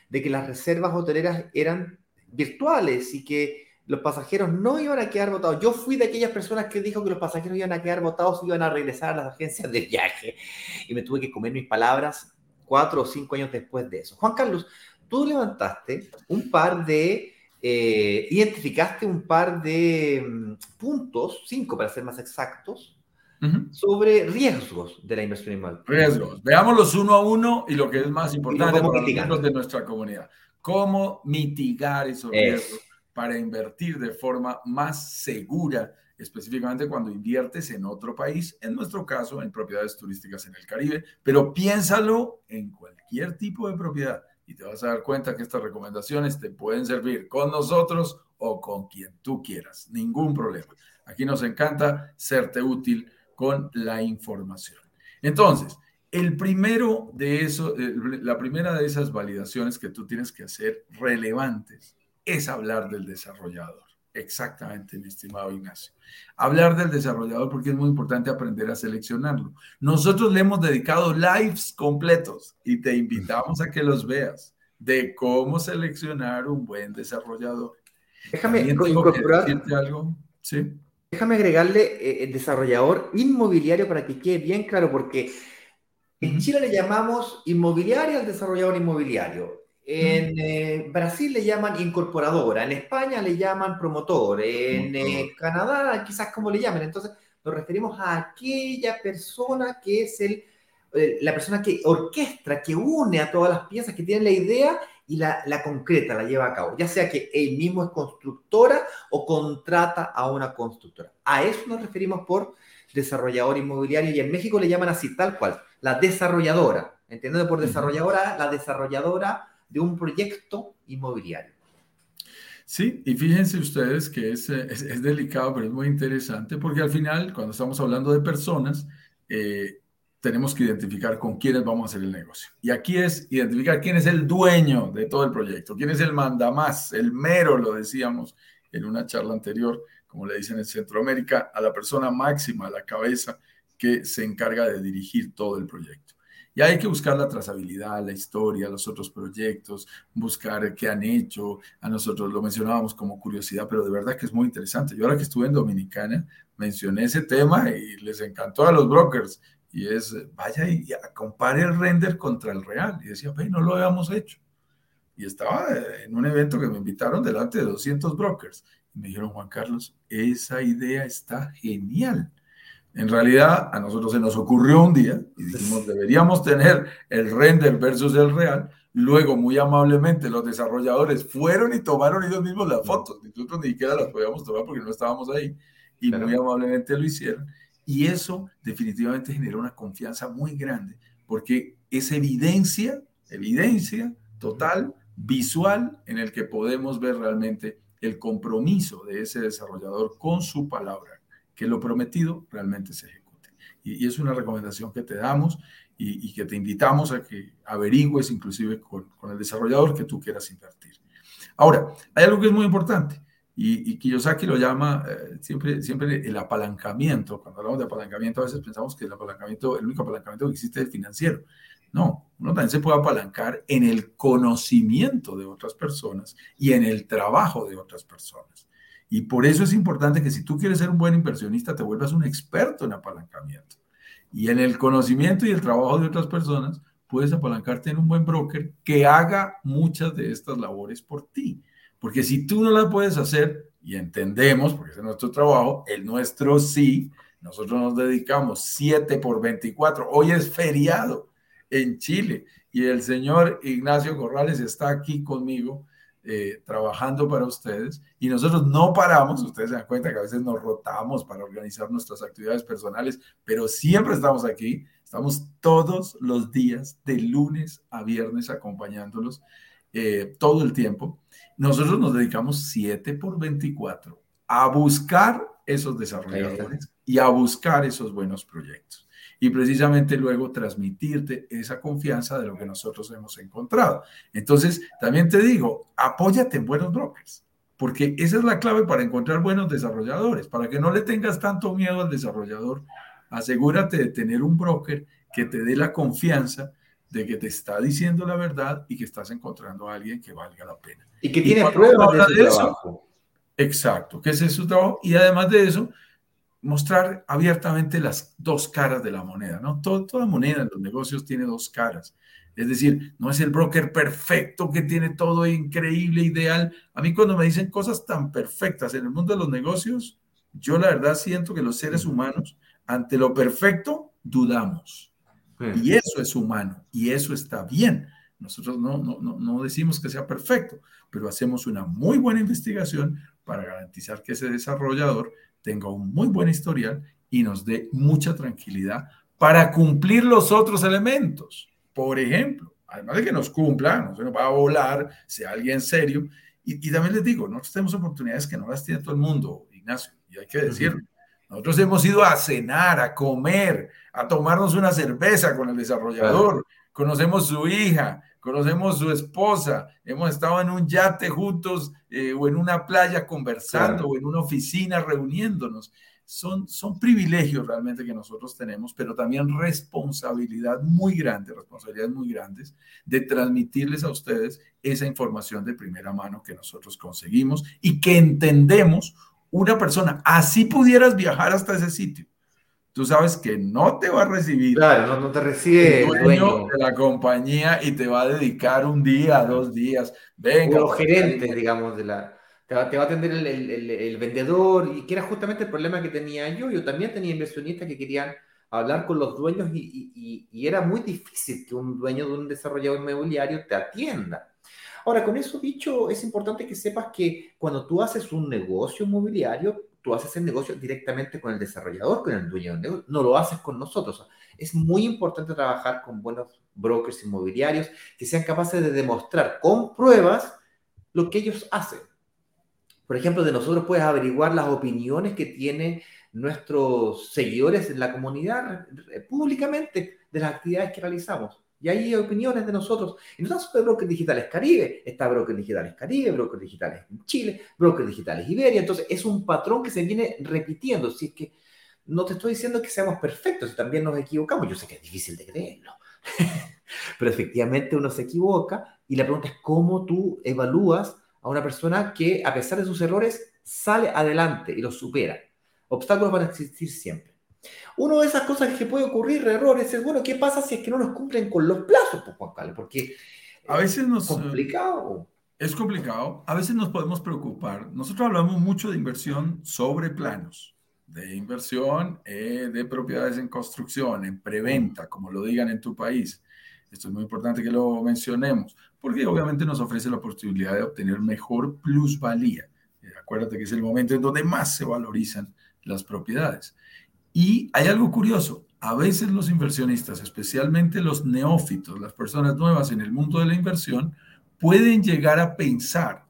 de que las reservas hoteleras eran virtuales y que los pasajeros no iban a quedar botados. Yo fui de aquellas personas que dijo que los pasajeros iban a quedar botados y iban a regresar a las agencias de viaje. Y me tuve que comer mis palabras cuatro o cinco años después de eso. Juan Carlos, tú levantaste un par de, eh, identificaste un par de um, puntos, cinco para ser más exactos, Uh-huh. sobre riesgos de la inversión inmobiliaria. Riesgos. Veámoslos uno a uno y lo que es más Y los importante vamos para los miembros mitigando. de nuestra comunidad. ¿Cómo mitigar esos Es. riesgos para invertir de forma más segura, específicamente cuando inviertes en otro país, en nuestro caso, en propiedades turísticas en el Caribe? Pero piénsalo en cualquier tipo de propiedad y te vas a dar cuenta que estas recomendaciones te pueden servir con nosotros o con quien tú quieras. Ningún problema. Aquí nos encanta serte útil con la información. Entonces, el primero de eso, la primera de esas validaciones que tú tienes que hacer relevantes es hablar del desarrollador. Exactamente, mi estimado Ignacio. Hablar del desarrollador porque es muy importante aprender a seleccionarlo. Nosotros le hemos dedicado lives completos y te invitamos a que los veas de cómo seleccionar un buen desarrollador. Déjame También tengo que incorporar, decirte algo, ¿sí? déjame agregarle eh, el desarrollador inmobiliario para que quede bien claro, porque en Uh-huh. Chile le llamamos inmobiliaria al desarrollador inmobiliario. Uh-huh. En eh, Brasil le llaman incorporadora. En España le llaman promotor. En Motor. eh, Canadá quizás como le llaman. Entonces nos referimos a aquella persona que es el, eh, la persona que orquestra, que une a todas las piezas, que tiene la idea y la, la concreta, la lleva a cabo. Ya sea que él mismo es constructora o contrata a una constructora. A eso nos referimos por desarrollador inmobiliario y en México le llaman así, tal cual, la desarrolladora, entendiendo por Uh-huh. desarrolladora, la desarrolladora de un proyecto inmobiliario. Sí, y fíjense ustedes que es, eh, es, es delicado, pero es muy interesante, porque al final, cuando estamos hablando de personas, eh, tenemos que identificar con quiénes vamos a hacer el negocio. Y aquí es identificar quién es el dueño de todo el proyecto, quién es el mandamás, el mero, lo decíamos en una charla anterior, como le dicen en Centroamérica, a la persona máxima, a la cabeza que se encarga de dirigir todo el proyecto. Y hay que buscar la trazabilidad, la historia, los otros proyectos, buscar qué han hecho. A nosotros lo mencionábamos como curiosidad, pero de verdad que es muy interesante. Yo ahora que estuve en Dominicana, mencioné ese tema y les encantó a los brokers. Y es, vaya y compare el render contra el real. Y decía, ve, no lo habíamos hecho. Y estaba en un evento que me invitaron delante de doscientos brokers. Y me dijeron, Juan Carlos, esa idea está genial. En realidad, a nosotros se nos ocurrió un día y dijimos, deberíamos tener el render versus el real. Luego, muy amablemente, los desarrolladores fueron y tomaron ellos mismos las fotos. Nosotros ni siquiera las podíamos tomar porque no estábamos ahí. Y muy Claro. amablemente lo hicieron. Y eso definitivamente generó una confianza muy grande porque es evidencia, evidencia total, visual, en el que podemos ver realmente el compromiso de ese desarrollador con su palabra, que lo prometido realmente se ejecute. Y, y es una recomendación que te damos y, y, que te invitamos a que averigües inclusive con, con el desarrollador que tú quieras invertir. Ahora, hay algo que es muy importante y, y Kiyosaki lo llama eh, siempre, siempre el apalancamiento. Cuando hablamos de apalancamiento a veces pensamos que el apalancamiento, el único apalancamiento que existe es el financiero. No, uno también se puede apalancar en el conocimiento de otras personas y en el trabajo de otras personas. Y por eso es importante que si tú quieres ser un buen inversionista, te vuelvas un experto en apalancamiento. Y en el conocimiento y el trabajo de otras personas, puedes apalancarte en un buen broker que haga muchas de estas labores por ti. Porque si tú no las puedes hacer, y entendemos, porque ese es nuestro trabajo, el nuestro sí, nosotros nos dedicamos siete por veinticuatro. Hoy es feriado en Chile y el señor Ignacio Corrales está aquí conmigo eh, trabajando para ustedes y nosotros no paramos. Ustedes se dan cuenta que a veces nos rotamos para organizar nuestras actividades personales, pero siempre estamos aquí, estamos todos los días de lunes a viernes acompañándolos eh, todo el tiempo. Nosotros nos dedicamos siete por veinticuatro a buscar esos desarrolladores y a buscar esos buenos proyectos. Y precisamente luego transmitirte esa confianza de lo que nosotros hemos encontrado. Entonces, también te digo, apóyate en buenos brokers, porque esa es la clave para encontrar buenos desarrolladores. Para que no le tengas tanto miedo al desarrollador, asegúrate de tener un broker que te dé la confianza de que te está diciendo la verdad y que estás encontrando a alguien que valga la pena. Y que Y tiene cuando uno pruebas de habla su de eso, trabajo. exacto, que ese es su trabajo, y además de eso, mostrar abiertamente las dos caras de la moneda, ¿no? Todo, toda moneda en los negocios tiene dos caras. Es decir, no es el broker perfecto que tiene todo increíble, ideal. A mí cuando me dicen cosas tan perfectas en el mundo de los negocios, yo la verdad siento que los seres humanos, ante lo perfecto, dudamos. Mm. Y eso es humano y eso está bien. Nosotros no, no, no, no decimos que sea perfecto, pero hacemos una muy buena investigación para garantizar que ese desarrollador tenga un muy buen historial y nos dé mucha tranquilidad para cumplir los otros elementos. Por ejemplo, además de que nos cumpla, no se nos va a volar, sea alguien serio. Y, y también les digo, nosotros tenemos oportunidades que no las tiene todo el mundo, Ignacio, y hay que decirlo. Ujú. Nosotros hemos ido a cenar, a comer, a tomarnos una cerveza con el Claro, desarrollador, conocemos su hija, conocemos su esposa, hemos estado en un yate juntos eh, o en una playa conversando claro. o en una oficina reuniéndonos. Son, son privilegios realmente que nosotros tenemos, pero también responsabilidad muy grande, responsabilidades muy grandes de transmitirles a ustedes esa información de primera mano que nosotros conseguimos y que entendemos una persona. Así pudieras viajar hasta ese sitio. Tú sabes que no te va a recibir Claro, no, no te el recibe el dueño de dueño la compañía y te va a dedicar un día, dos días. Venga, o los por acá. gerentes, digamos, de la... Te va, te va a atender el, el- el- el vendedor y que era justamente el problema que tenía yo. Yo también tenía inversionistas que querían hablar con los dueños y, y- y- y era muy difícil que un dueño de un desarrollador inmobiliario te atienda. Ahora, con eso dicho, es importante que sepas que cuando tú haces un negocio inmobiliario, tú haces el negocio directamente con el desarrollador, con el dueño del negocio, no lo haces con nosotros. Es muy importante trabajar con buenos brokers inmobiliarios que sean capaces de demostrar con pruebas lo que ellos hacen. Por ejemplo, de nosotros puedes averiguar las opiniones que tienen nuestros seguidores en la comunidad eh, públicamente de las actividades que realizamos. Y hay opiniones de nosotros. Y no solo de Brokers Digitales Caribe, está Brokers Digitales Caribe, Brokers Digitales en Chile, Brokers Digitales Iberia. Entonces, es un patrón que se viene repitiendo. Si es que no te estoy diciendo que seamos perfectos, y también nos equivocamos. Yo sé que es difícil de creerlo. Pero efectivamente uno se equivoca y la pregunta es cómo tú evalúas a una persona que a pesar de sus errores sale adelante y los supera. Obstáculos van a existir siempre. Una de esas cosas que puede ocurrir, errores, es, bueno, ¿qué pasa si es que no nos cumplen con los plazos, pues, Juan Carlos? Porque A es veces nos, eh, complicado. es complicado, a veces nos podemos preocupar. Nosotros hablamos mucho de inversión sobre planos, de inversión eh, de propiedades en construcción, en Mm. preventa, como lo digan en tu país. Esto es muy importante que lo mencionemos, porque obviamente nos ofrece la posibilidad de obtener mejor plusvalía. Eh, acuérdate que es el momento en donde más se valorizan las propiedades. Y hay algo curioso, a veces los inversionistas, especialmente los neófitos, las personas nuevas en el mundo de la inversión, pueden llegar a pensar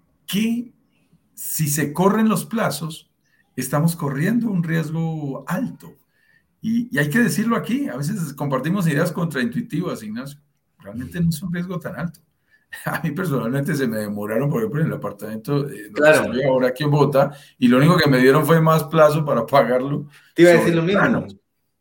que si se corren los plazos, estamos corriendo un riesgo alto. Y, y hay que decirlo aquí, a veces compartimos ideas contraintuitivas, Ignacio. Realmente no es un riesgo tan alto. A mí personalmente se me demoraron, por ejemplo, en el apartamento eh, donde estoy Claro, ahora aquí en Bogotá, y lo único que me dieron fue más plazo para pagarlo te iba a decir sobre lo planos. mismo.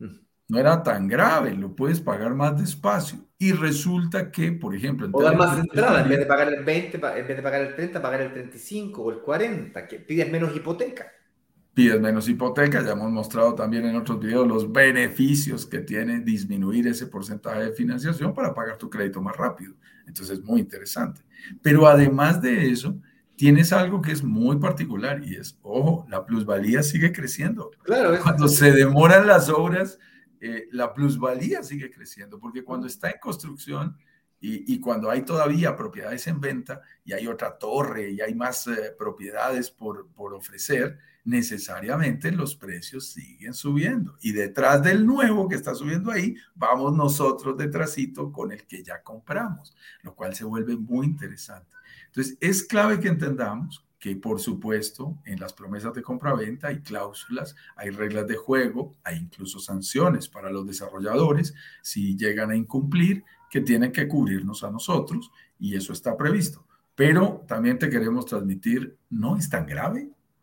No era tan grave, lo puedes pagar más despacio. Y resulta que, por ejemplo, en O dar términos más de entrada, en vez plusvalía, de pagar el veinte, en vez de pagar el treinta, pagar el treinta y cinco o el cuarenta, que pides menos hipoteca. pides menos hipoteca. Ya hemos mostrado también en otros videos los beneficios que tiene disminuir ese porcentaje de financiación para pagar tu crédito más rápido. Entonces es muy interesante. Pero además de eso, tienes algo que es muy particular y es, ojo, la plusvalía sigue creciendo. Claro, es, Cuando se demoran las obras, eh, la plusvalía sigue creciendo, porque cuando está en construcción y, y cuando hay todavía propiedades en venta y hay otra torre y hay más eh, propiedades por, por ofrecer, necesariamente los precios siguen subiendo. Y detrás del nuevo que está subiendo ahí, vamos nosotros detrásito con el que ya compramos, lo cual se vuelve muy interesante. Entonces, es clave que entendamos que, por supuesto, en las promesas de compra-venta hay cláusulas, hay reglas de juego, hay incluso sanciones para los desarrolladores si llegan a incumplir, que tienen que cubrirnos a nosotros, y eso está previsto. Pero también te queremos transmitir, no es tan grave.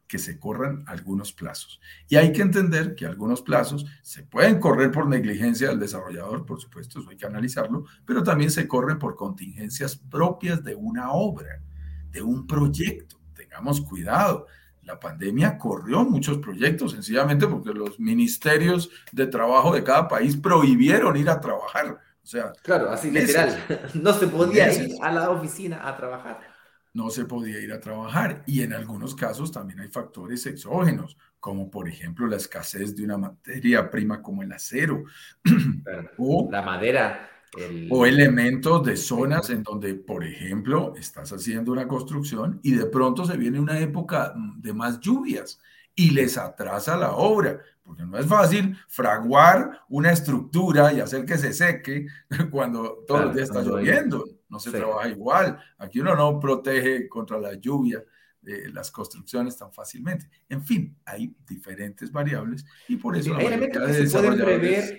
que se corran algunos plazos. Y hay que entender que algunos plazos se pueden correr por negligencia del desarrollador, por supuesto, eso hay que analizarlo, pero también se corren por contingencias propias de una obra, de un proyecto. Tengamos cuidado. La pandemia corrió muchos proyectos, sencillamente porque los ministerios de trabajo de cada país prohibieron ir a trabajar. O sea, Claro, por así meses, literal. No se podía ir meses a la oficina a trabajar. no se podía ir a trabajar. Y en algunos casos también hay factores exógenos, como por ejemplo la escasez de una materia prima como el acero, Claro. o La madera, o el... elementos de Sí, zonas en donde, por ejemplo, estás haciendo una construcción y de pronto se viene una época de más lluvias y les atrasa la obra, porque no es fácil fraguar una estructura y hacer que se seque cuando todos los claro, días está cuando hay... lloviendo. No se Sí. trabaja igual. Aquí uno no protege contra la lluvia eh, las construcciones tan fácilmente. En fin, hay diferentes variables y por eso Sí, la hay mayoría elementos que de se pueden desarrolladores... prever.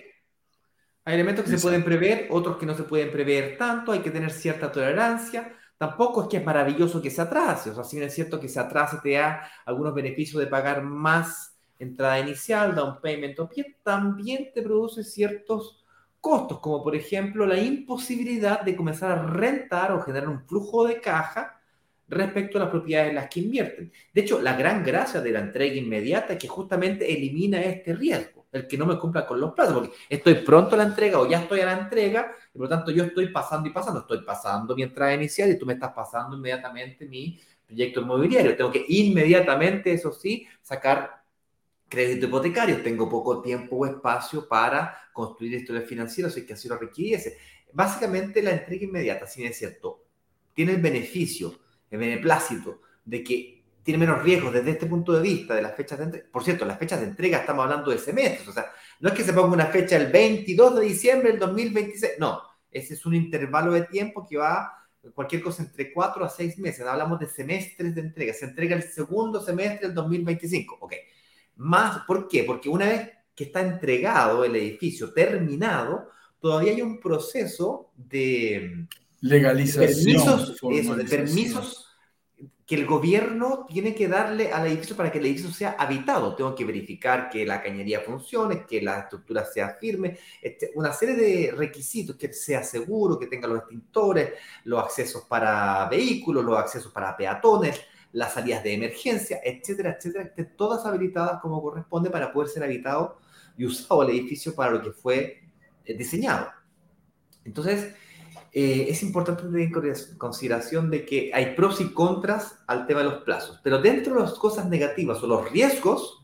Hay elementos que se pueden Exacto. prever, otros que no se pueden prever tanto, hay que tener cierta tolerancia. Tampoco es que es maravilloso que se atrase, o sea, si bien es cierto que se atrase, te da algunos beneficios de pagar más entrada inicial, down payment o pie, también te produce ciertos costos, como por ejemplo la imposibilidad de comenzar a rentar o generar un flujo de caja respecto a las propiedades en las que invierten. De hecho, la gran gracia de la entrega inmediata es que justamente elimina este riesgo, el que no me cumpla con los plazos, porque estoy pronto a la entrega o ya estoy a la entrega, y por lo tanto yo estoy pasando y pasando, estoy pasando mi entrada inicial y tú me estás pasando inmediatamente mi proyecto inmobiliario. Tengo que inmediatamente, eso sí, sacar crédito hipotecario. Tengo poco tiempo o espacio para construir historias financieras, si es que así lo requiriese. Básicamente la entrega inmediata, si bien es cierto, tiene el beneficio, el beneplácito de que tiene menos riesgos desde este punto de vista de las fechas de entrega. Por cierto, las fechas de entrega estamos hablando de semestres, o sea, no es que se ponga una fecha el veintidós de diciembre del dos mil veintiséis, no, ese es un intervalo de tiempo que va cualquier cosa entre cuatro a seis meses, hablamos de semestres de entrega, se entrega el segundo semestre del dos mil veinticinco, ok. Más, ¿por qué? Porque una vez que está entregado el edificio, terminado, todavía hay un proceso de, de Legalización, permisos, eso, de formalización. permisos que el gobierno tiene que darle al edificio para que el edificio sea habitado. Tengo que verificar que la cañería funcione, que la estructura sea firme, este, una serie de requisitos, que sea seguro, que tenga los extintores, los accesos para vehículos, los accesos para peatones, las salidas de emergencia, etcétera, etcétera, que estén todas habilitadas como corresponde para poder ser habitado y usado el edificio para lo que fue eh, diseñado. Entonces, eh, es importante tener en consideración de que hay pros y contras al tema de los plazos, pero dentro de las cosas negativas o los riesgos,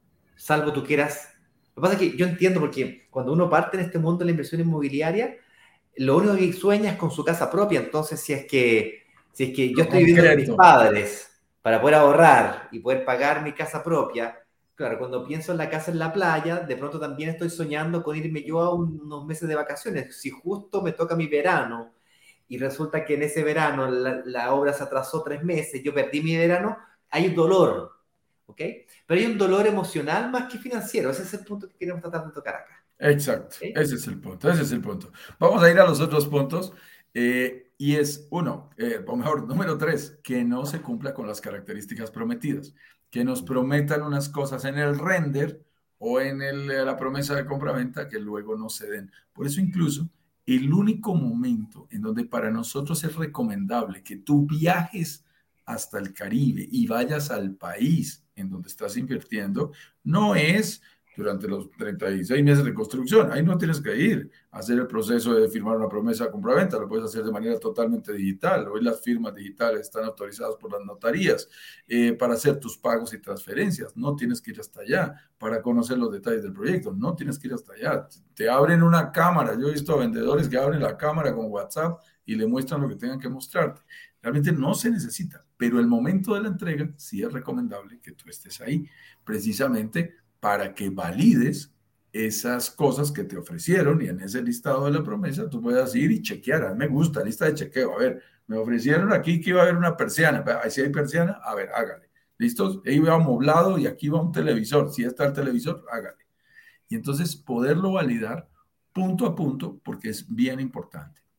salvo tú quieras, lo que pasa es que yo entiendo porque cuando uno parte en este mundo de la inversión inmobiliaria, lo único que sueña es con su casa propia, entonces si es que, si es que yo Lo estoy viviendo con mis concreto. padres para poder ahorrar y poder pagar mi casa propia, claro, cuando pienso en la casa en la playa, de pronto también estoy soñando con irme yo a un, unos meses de vacaciones. Si justo me toca mi verano y resulta que en ese verano la, la obra se atrasó tres meses, yo perdí mi verano, hay un dolor, ¿ok? Pero hay un dolor emocional más que financiero, ese es el punto que queremos tratar de tocar acá. Exacto, ¿Ok? ese es el punto, ese es el punto. Vamos a ir a los otros puntos. eh, y es uno, eh, o mejor, número tres, que no se cumpla con las características prometidas, que nos prometan unas cosas en el render o en el, eh, la promesa de compraventa que luego no se den. Por eso incluso el único momento en donde para nosotros es recomendable que tú viajes hasta el Caribe y vayas al país en donde estás invirtiendo, no es durante los treinta y seis meses de construcción. Ahí no tienes que ir a hacer el proceso de firmar una promesa de compraventa, lo puedes hacer de manera totalmente digital. Hoy las firmas digitales están autorizadas por las notarías eh, para hacer tus pagos y transferencias. No tienes que ir hasta allá para conocer los detalles del proyecto. No tienes que ir hasta allá. Te abren una cámara. Yo he visto a vendedores que abren la cámara con WhatsApp y le muestran lo que tengan que mostrarte. Realmente no se necesita, pero el momento de la entrega sí es recomendable que tú estés ahí, precisamente para que valides esas cosas que te ofrecieron y en ese listado de la promesa tú puedas ir y chequear. A mí me gusta, lista de chequeo. A ver, me ofrecieron aquí que iba a haber una persiana. Si hay persiana, a ver, hágale. ¿Listos? Ahí va amoblado y aquí va un televisor. Si está el televisor, hágale. Y entonces poderlo validar punto a punto porque es bien importante.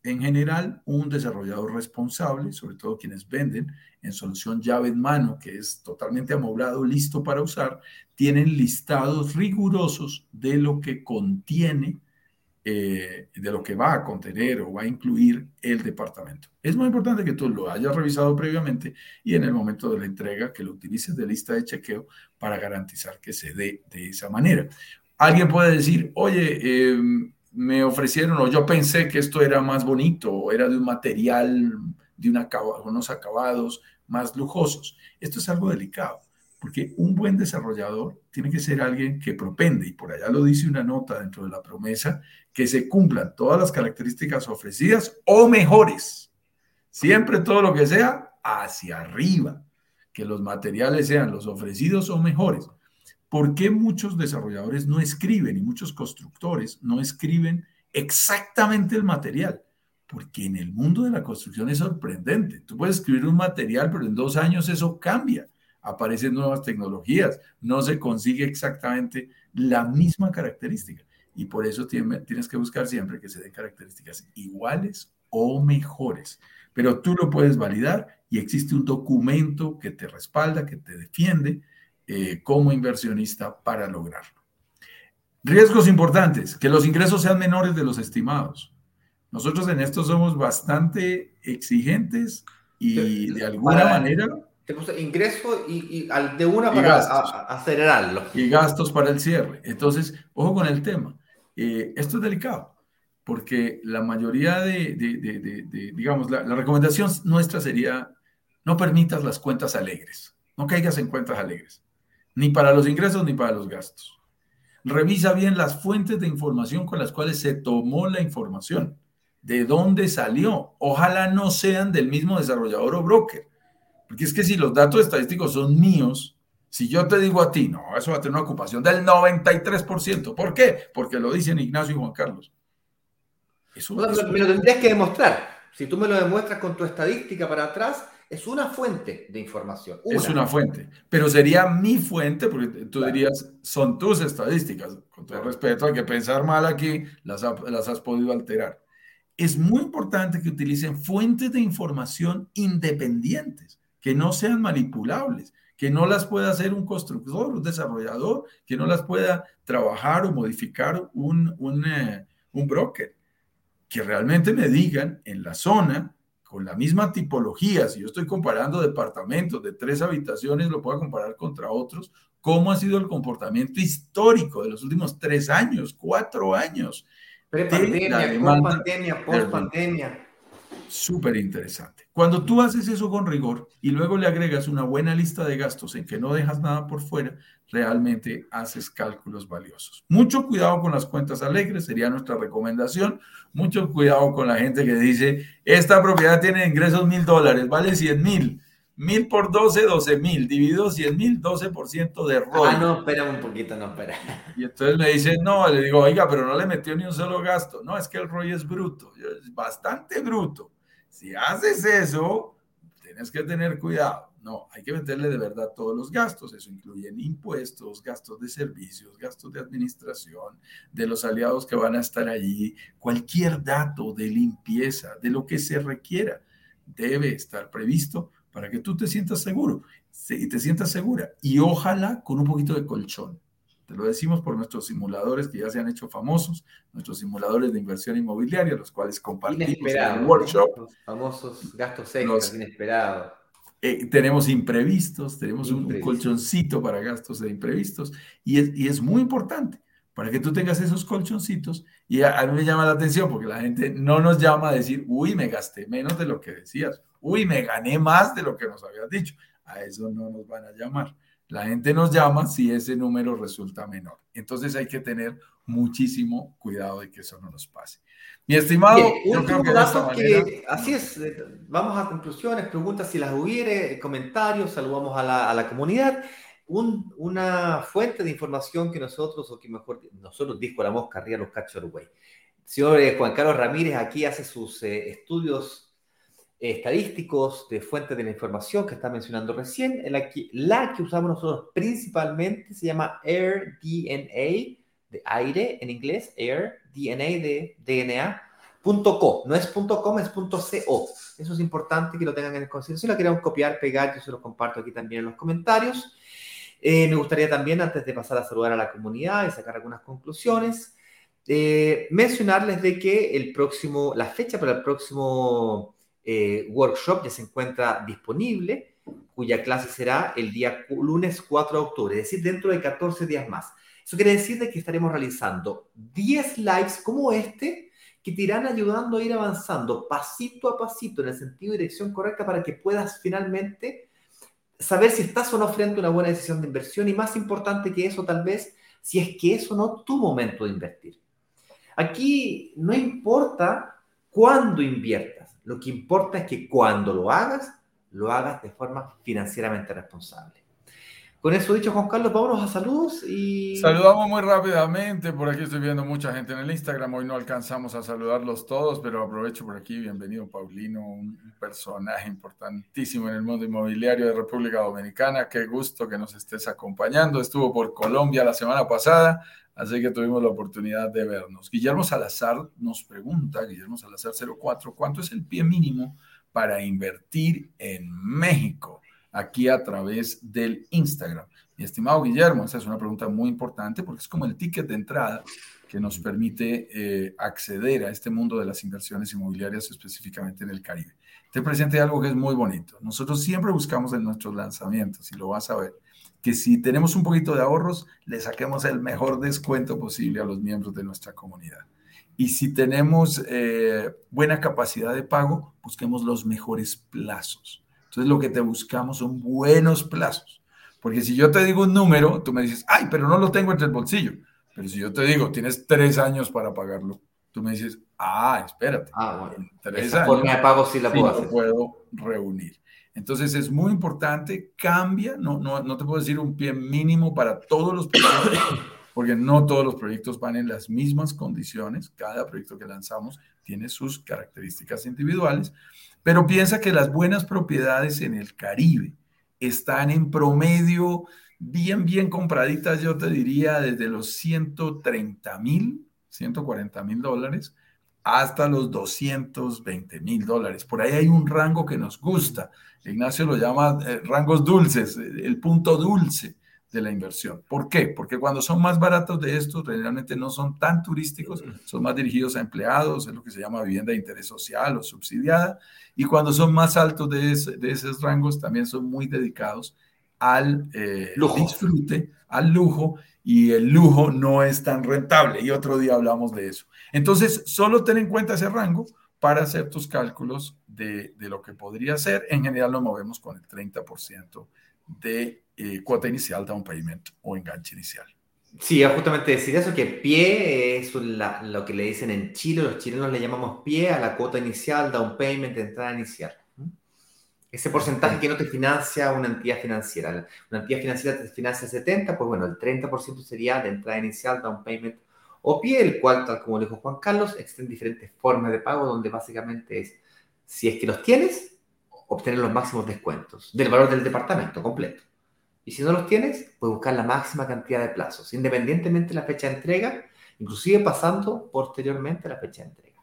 En general, un desarrollador responsable, sobre todo quienes venden en solución llave en mano, que es totalmente amoblado, listo para usar, tienen listados rigurosos de lo que contiene, eh, de lo que va a contener o va a incluir el departamento. Es muy importante que tú lo hayas revisado previamente y en el momento de la entrega que lo utilices de lista de chequeo para garantizar que se dé de esa manera. Alguien puede decir, oye, eh, me ofrecieron o yo pensé que esto era más bonito o era de un material, de un acabado, unos acabados más lujosos. Esto es algo delicado, porque un buen desarrollador tiene que ser alguien que propende, y por allá lo dice una nota dentro de la promesa, que se cumplan todas las características ofrecidas o mejores. Siempre todo lo que sea hacia arriba, que los materiales sean los ofrecidos o mejores. ¿Por qué muchos desarrolladores no escriben y muchos constructores no escriben exactamente el material? Porque en el mundo de la construcción es sorprendente. Tú puedes escribir un material, pero en dos años eso cambia. Aparecen nuevas tecnologías, no se consigue exactamente la misma característica. Y por eso tienes que buscar siempre que se den características iguales o mejores. Pero tú lo puedes validar y existe un documento que te respalda, que te defiende, Eh, como inversionista para lograrlo. Riesgos importantes, que los ingresos sean menores de los estimados. Nosotros en esto somos bastante exigentes y de alguna para, manera... Te puse ingreso y, y al, de una Y para gastos. a, a acelerarlo. Y gastos para el cierre. Entonces, ojo con el tema. Eh, esto es delicado, porque la mayoría de, de, de, de, de digamos, la, la recomendación nuestra sería no permitas las cuentas alegres, no caigas en cuentas alegres. Ni para los ingresos ni para los gastos. Revisa bien las fuentes de información con las cuales se tomó la información. ¿De dónde salió? Ojalá no sean del mismo desarrollador o broker. Porque es que si los datos estadísticos son míos, si yo te digo a ti, no, eso va a tener una ocupación del noventa y tres por ciento. ¿Por qué? Porque lo dicen Ignacio y Juan Carlos. Eso, O sea, eso me lo tendrías que demostrar. Si tú me lo demuestras con tu estadística para atrás, es una fuente de información. es Una. una fuente, pero sería mi fuente, porque tú Claro, dirías, son tus estadísticas. Con todo claro. respeto, hay que pensar mal aquí, las, las has podido alterar. Es muy importante que utilicen fuentes de información independientes, que no sean manipulables, que no las pueda hacer un constructor, un desarrollador, que no las pueda trabajar o modificar un, un, eh, un broker, que realmente me digan en la zona, con la misma tipología, si yo estoy comparando departamentos de tres habitaciones, lo puedo comparar contra otros, cómo ha sido el comportamiento histórico de los últimos tres años, cuatro años de la Pre-pandemia, con demanda pandemia, del real. post-pandemia. Súper interesante. Cuando tú haces eso con rigor y luego le agregas una buena lista de gastos en que no dejas nada por fuera, realmente haces cálculos valiosos. Mucho cuidado con las cuentas alegres, sería nuestra recomendación. Mucho cuidado con la gente que dice, esta propiedad tiene ingresos mil dólares, vale cien mil. Mil por doce, doce mil. Dividido cien mil, doce por ciento de R O I. Ah, no, espera un poquito, no, espera. Y entonces me dicen, no, le digo, oiga, pero no le metió ni un solo gasto. No, es que el R O I es bruto, es bastante bruto. Si haces eso, tienes que tener cuidado. No, hay que meterle de verdad todos los gastos. Eso incluye impuestos, gastos de servicios, gastos de administración, de los aliados que van a estar allí. Cualquier dato de limpieza, de lo que se requiera, debe estar previsto para que tú te sientas seguro y te sientas segura. Y ojalá con un poquito de colchón. Te lo decimos por nuestros simuladores que ya se han hecho famosos, nuestros simuladores de inversión inmobiliaria, los cuales compartimos en el Inesperados, ¿no? workshop. Los famosos gastos extras, Los, inesperados. eh, tenemos imprevistos, tenemos un, un, Imprevistos. colchoncito para gastos de imprevistos y es, y es muy importante para que tú tengas esos colchoncitos. Y a, a mí me llama la atención porque la gente no nos llama a decir, uy, me gasté menos de lo que decías, uy, me gané más de lo que nos habías dicho. A eso no nos van a llamar. La gente nos llama si ese número resulta menor. Entonces hay que tener muchísimo cuidado de que eso no nos pase. Mi estimado, Bien, yo creo que últimos de esta datos manera... que, así es, eh, vamos a conclusiones, preguntas si las hubiere, comentarios, saludamos a la, a la comunidad. Un, una fuente de información que nosotros, o que mejor, nosotros dijo la mosca arriba los cachorros, güey. Señor eh, Juan Carlos Ramírez aquí hace sus eh, estudios estadísticos de fuentes de la información que está mencionando recién. La que, la que usamos nosotros principalmente se llama AirDNA, de aire en inglés, Air, D N A de D N A, .co, no es .com, es .co. Eso es importante que lo tengan en consideración. Si lo quieren copiar, pegar, yo se lo comparto aquí también en los comentarios. Eh, me gustaría también, antes de pasar a saludar a la comunidad y sacar algunas conclusiones, eh, mencionarles de que el próximo, la fecha para el próximo eh, workshop ya se encuentra disponible, cuya clase será el día lunes cuatro de octubre, es decir, dentro de catorce días más. Eso quiere decir de que estaremos realizando diez lives como este, que te irán ayudando a ir avanzando pasito a pasito en el sentido y dirección correcta para que puedas finalmente saber si estás o no frente a una buena decisión de inversión y, más importante que eso, tal vez, si es que es o no tu momento de invertir. Aquí no importa cuándo inviertas, lo que importa es que cuando lo hagas, lo hagas de forma financieramente responsable. Con eso dicho, Juan Carlos, vámonos a saludos y... Saludamos muy rápidamente, por aquí estoy viendo mucha gente en el Instagram, hoy no alcanzamos a saludarlos todos, pero aprovecho por aquí, bienvenido Paulino, un personaje importantísimo en el mundo inmobiliario de República Dominicana, qué gusto que nos estés acompañando, estuvo por Colombia la semana pasada, así que tuvimos la oportunidad de vernos. Guillermo Salazar nos pregunta, Guillermo Salazar cero cuatro, ¿cuánto es el pie mínimo para invertir en México? Aquí a través del Instagram. Mi estimado Guillermo, esa es una pregunta muy importante porque es como el ticket de entrada que nos permite eh, acceder a este mundo de las inversiones inmobiliarias, específicamente en el Caribe. Te presento algo que es muy bonito. Nosotros siempre buscamos en nuestros lanzamientos, y lo vas a ver, que si tenemos un poquito de ahorros, le saquemos el mejor descuento posible a los miembros de nuestra comunidad. Y si tenemos eh, buena capacidad de pago, busquemos los mejores plazos. Entonces, lo que te buscamos son buenos plazos. Porque si yo te digo un número, tú me dices, ay, pero no lo tengo entre el bolsillo. Pero si yo te digo, tienes tres años para pagarlo, tú me dices, ah, espérate, Ah, bueno, en tres esa forma años de pago sí la sí puedo lo hacer. puedo reunir. Entonces, es muy importante, cambia, no, no, no te puedo decir un pie mínimo para todos los proyectos, porque no todos los proyectos van en las mismas condiciones. Cada proyecto que lanzamos tiene sus características individuales, pero piensa que las buenas propiedades en el Caribe están en promedio bien, bien compraditas, yo te diría, desde los ciento treinta mil, ciento cuarenta mil dólares hasta los doscientos veinte mil dólares. Por ahí hay un rango que nos gusta. Ignacio lo llama eh, rangos dulces, el punto dulce de la inversión. ¿Por qué? Porque cuando son más baratos de estos, realmente no son tan turísticos, son más dirigidos a empleados, es lo que se llama vivienda de interés social o subsidiada, y cuando son más altos de, ese, de esos rangos, también son muy dedicados al eh, Lujo. disfrute, al lujo, y el lujo no es tan rentable, y otro día hablamos de eso. Entonces, solo ten en cuenta ese rango para hacer tus cálculos de, de lo que podría ser. En general nos movemos con el treinta por ciento de eh, cuota inicial, down payment o enganche inicial. Sí, es justamente decir eso, que pie es la, lo que le dicen en Chile, los chilenos le llamamos pie a la cuota inicial, down payment, de entrada inicial. Ese porcentaje que no te financia una entidad financiera. Una entidad financiera te financia el setenta por ciento, pues bueno, el treinta por ciento sería de entrada inicial, down payment o pie, el cual, tal como dijo Juan Carlos, existen diferentes formas de pago donde básicamente es, si es que los tienes, obtener los máximos descuentos del valor del departamento completo. Y si no los tienes, puedes buscar la máxima cantidad de plazos, independientemente de la fecha de entrega, inclusive pasando posteriormente a la fecha de entrega.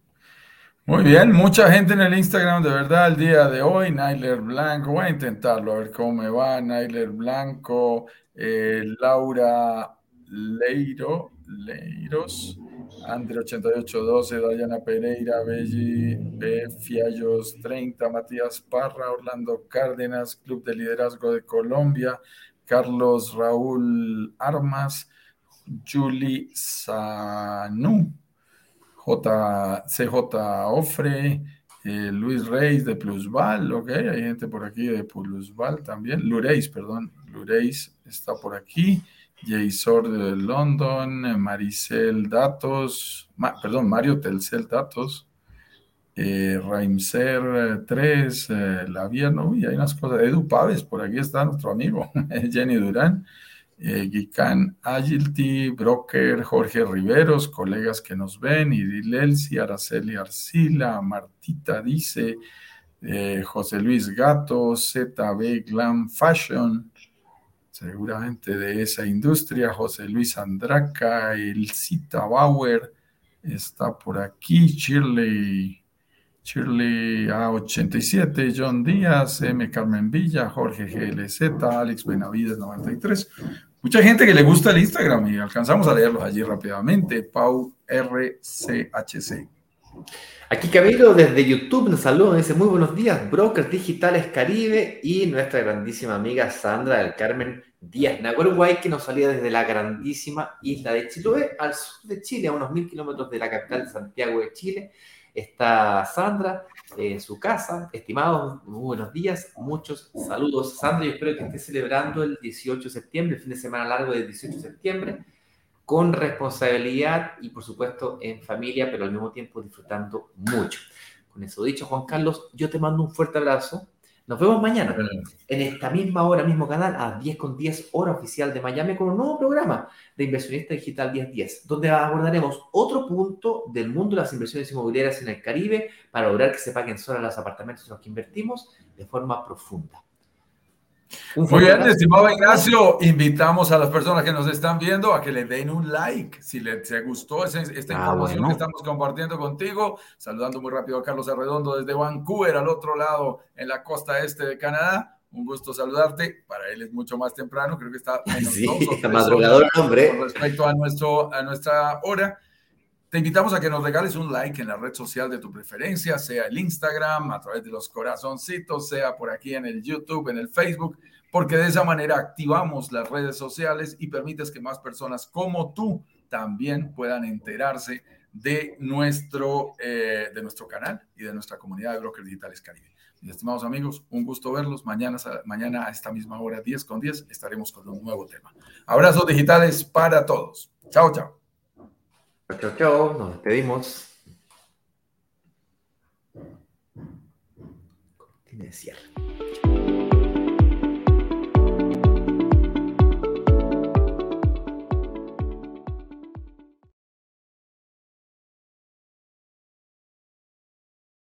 Muy bien, mucha gente en el Instagram, de verdad, el día de hoy. Nailer Blanco, voy a intentarlo, a ver cómo me va. Nailer Blanco, eh, Laura Leiro, Leiros, Andre ochenta y ocho doce, Dayana Pereira, Belli, B, Fiallos treinta, Matías Parra, Orlando Cárdenas, Club de Liderazgo de Colombia, Carlos Raúl Armas, Julie Sanú, J, C J Ofre, eh, Luis Reis de Plusval, ok, hay gente por aquí de Plusval también, Lureis, perdón, Lureis está por aquí, Jaysor de London, Maricel Datos, ma, perdón, Mario Telcel Datos, eh, Raimser tres, eh, Laviano, y hay unas cosas, Edu Paves, por aquí está nuestro amigo, Jenny Durán, eh, Gican Agility, Broker, Jorge Riveros, colegas que nos ven, Idil Elsi, Araceli Arcila, Martita dice, eh, José Luis Gato, Z B Glam Fashion, seguramente de esa industria, José Luis Andraca, Elcita Bauer, está por aquí, Shirley. Shirley A ochenta y siete, John Díaz, M. Carmen Villa, Jorge G L Z, Alex Benavides noventa y tres. Mucha gente que le gusta el Instagram y alcanzamos a leerlos allí rápidamente. Pau R C H C. Aquí Camilo desde YouTube nos saluda, dice muy buenos días, Brokers Digitales Caribe y nuestra grandísima amiga Sandra del Carmen Díaz Nahuelhuay, que nos salía desde la grandísima isla de Chiloé, al sur de Chile, a unos mil kilómetros de la capital de Santiago de Chile. Está Sandra en su casa. Estimados, muy buenos días, muchos saludos. Sandra, yo espero que esté celebrando el dieciocho de septiembre, el fin de semana largo del dieciocho de septiembre, con responsabilidad y por supuesto en familia, pero al mismo tiempo disfrutando mucho. Con eso dicho, Juan Carlos, yo te mando un fuerte abrazo. Nos vemos mañana en esta misma hora, mismo canal, a diez con diez, hora oficial de Miami, con un nuevo programa de Inversionista Digital diez diez, donde abordaremos otro punto del mundo de las inversiones inmobiliarias en el Caribe para lograr que se paguen solo los apartamentos en los que invertimos de forma profunda. Un Muy bien, abrazo. Estimado Ignacio, invitamos a las personas que nos están viendo a que le den un like si les gustó esta ah, información bueno. que estamos compartiendo contigo. Saludando muy rápido a Carlos Arredondo desde Vancouver, al otro lado, en la costa este de Canadá. Un gusto saludarte. Para él es mucho más temprano, creo que está menos sí, dos o tres madrugador, hombre. Con respecto a, nuestro, a nuestra hora. Te invitamos a que nos regales un like en la red social de tu preferencia, sea el Instagram, a través de los corazoncitos, sea por aquí en el YouTube, en el Facebook, porque de esa manera activamos las redes sociales y permites que más personas como tú también puedan enterarse de nuestro, eh, de nuestro canal y de nuestra comunidad de Brokers Digitales Caribe. Mis estimados amigos, un gusto verlos. Mañana, mañana a esta misma hora, diez con diez, estaremos con un nuevo tema. Abrazos digitales para todos. Chao, chao. Chao, chao, nos despedimos. Tiene cierre.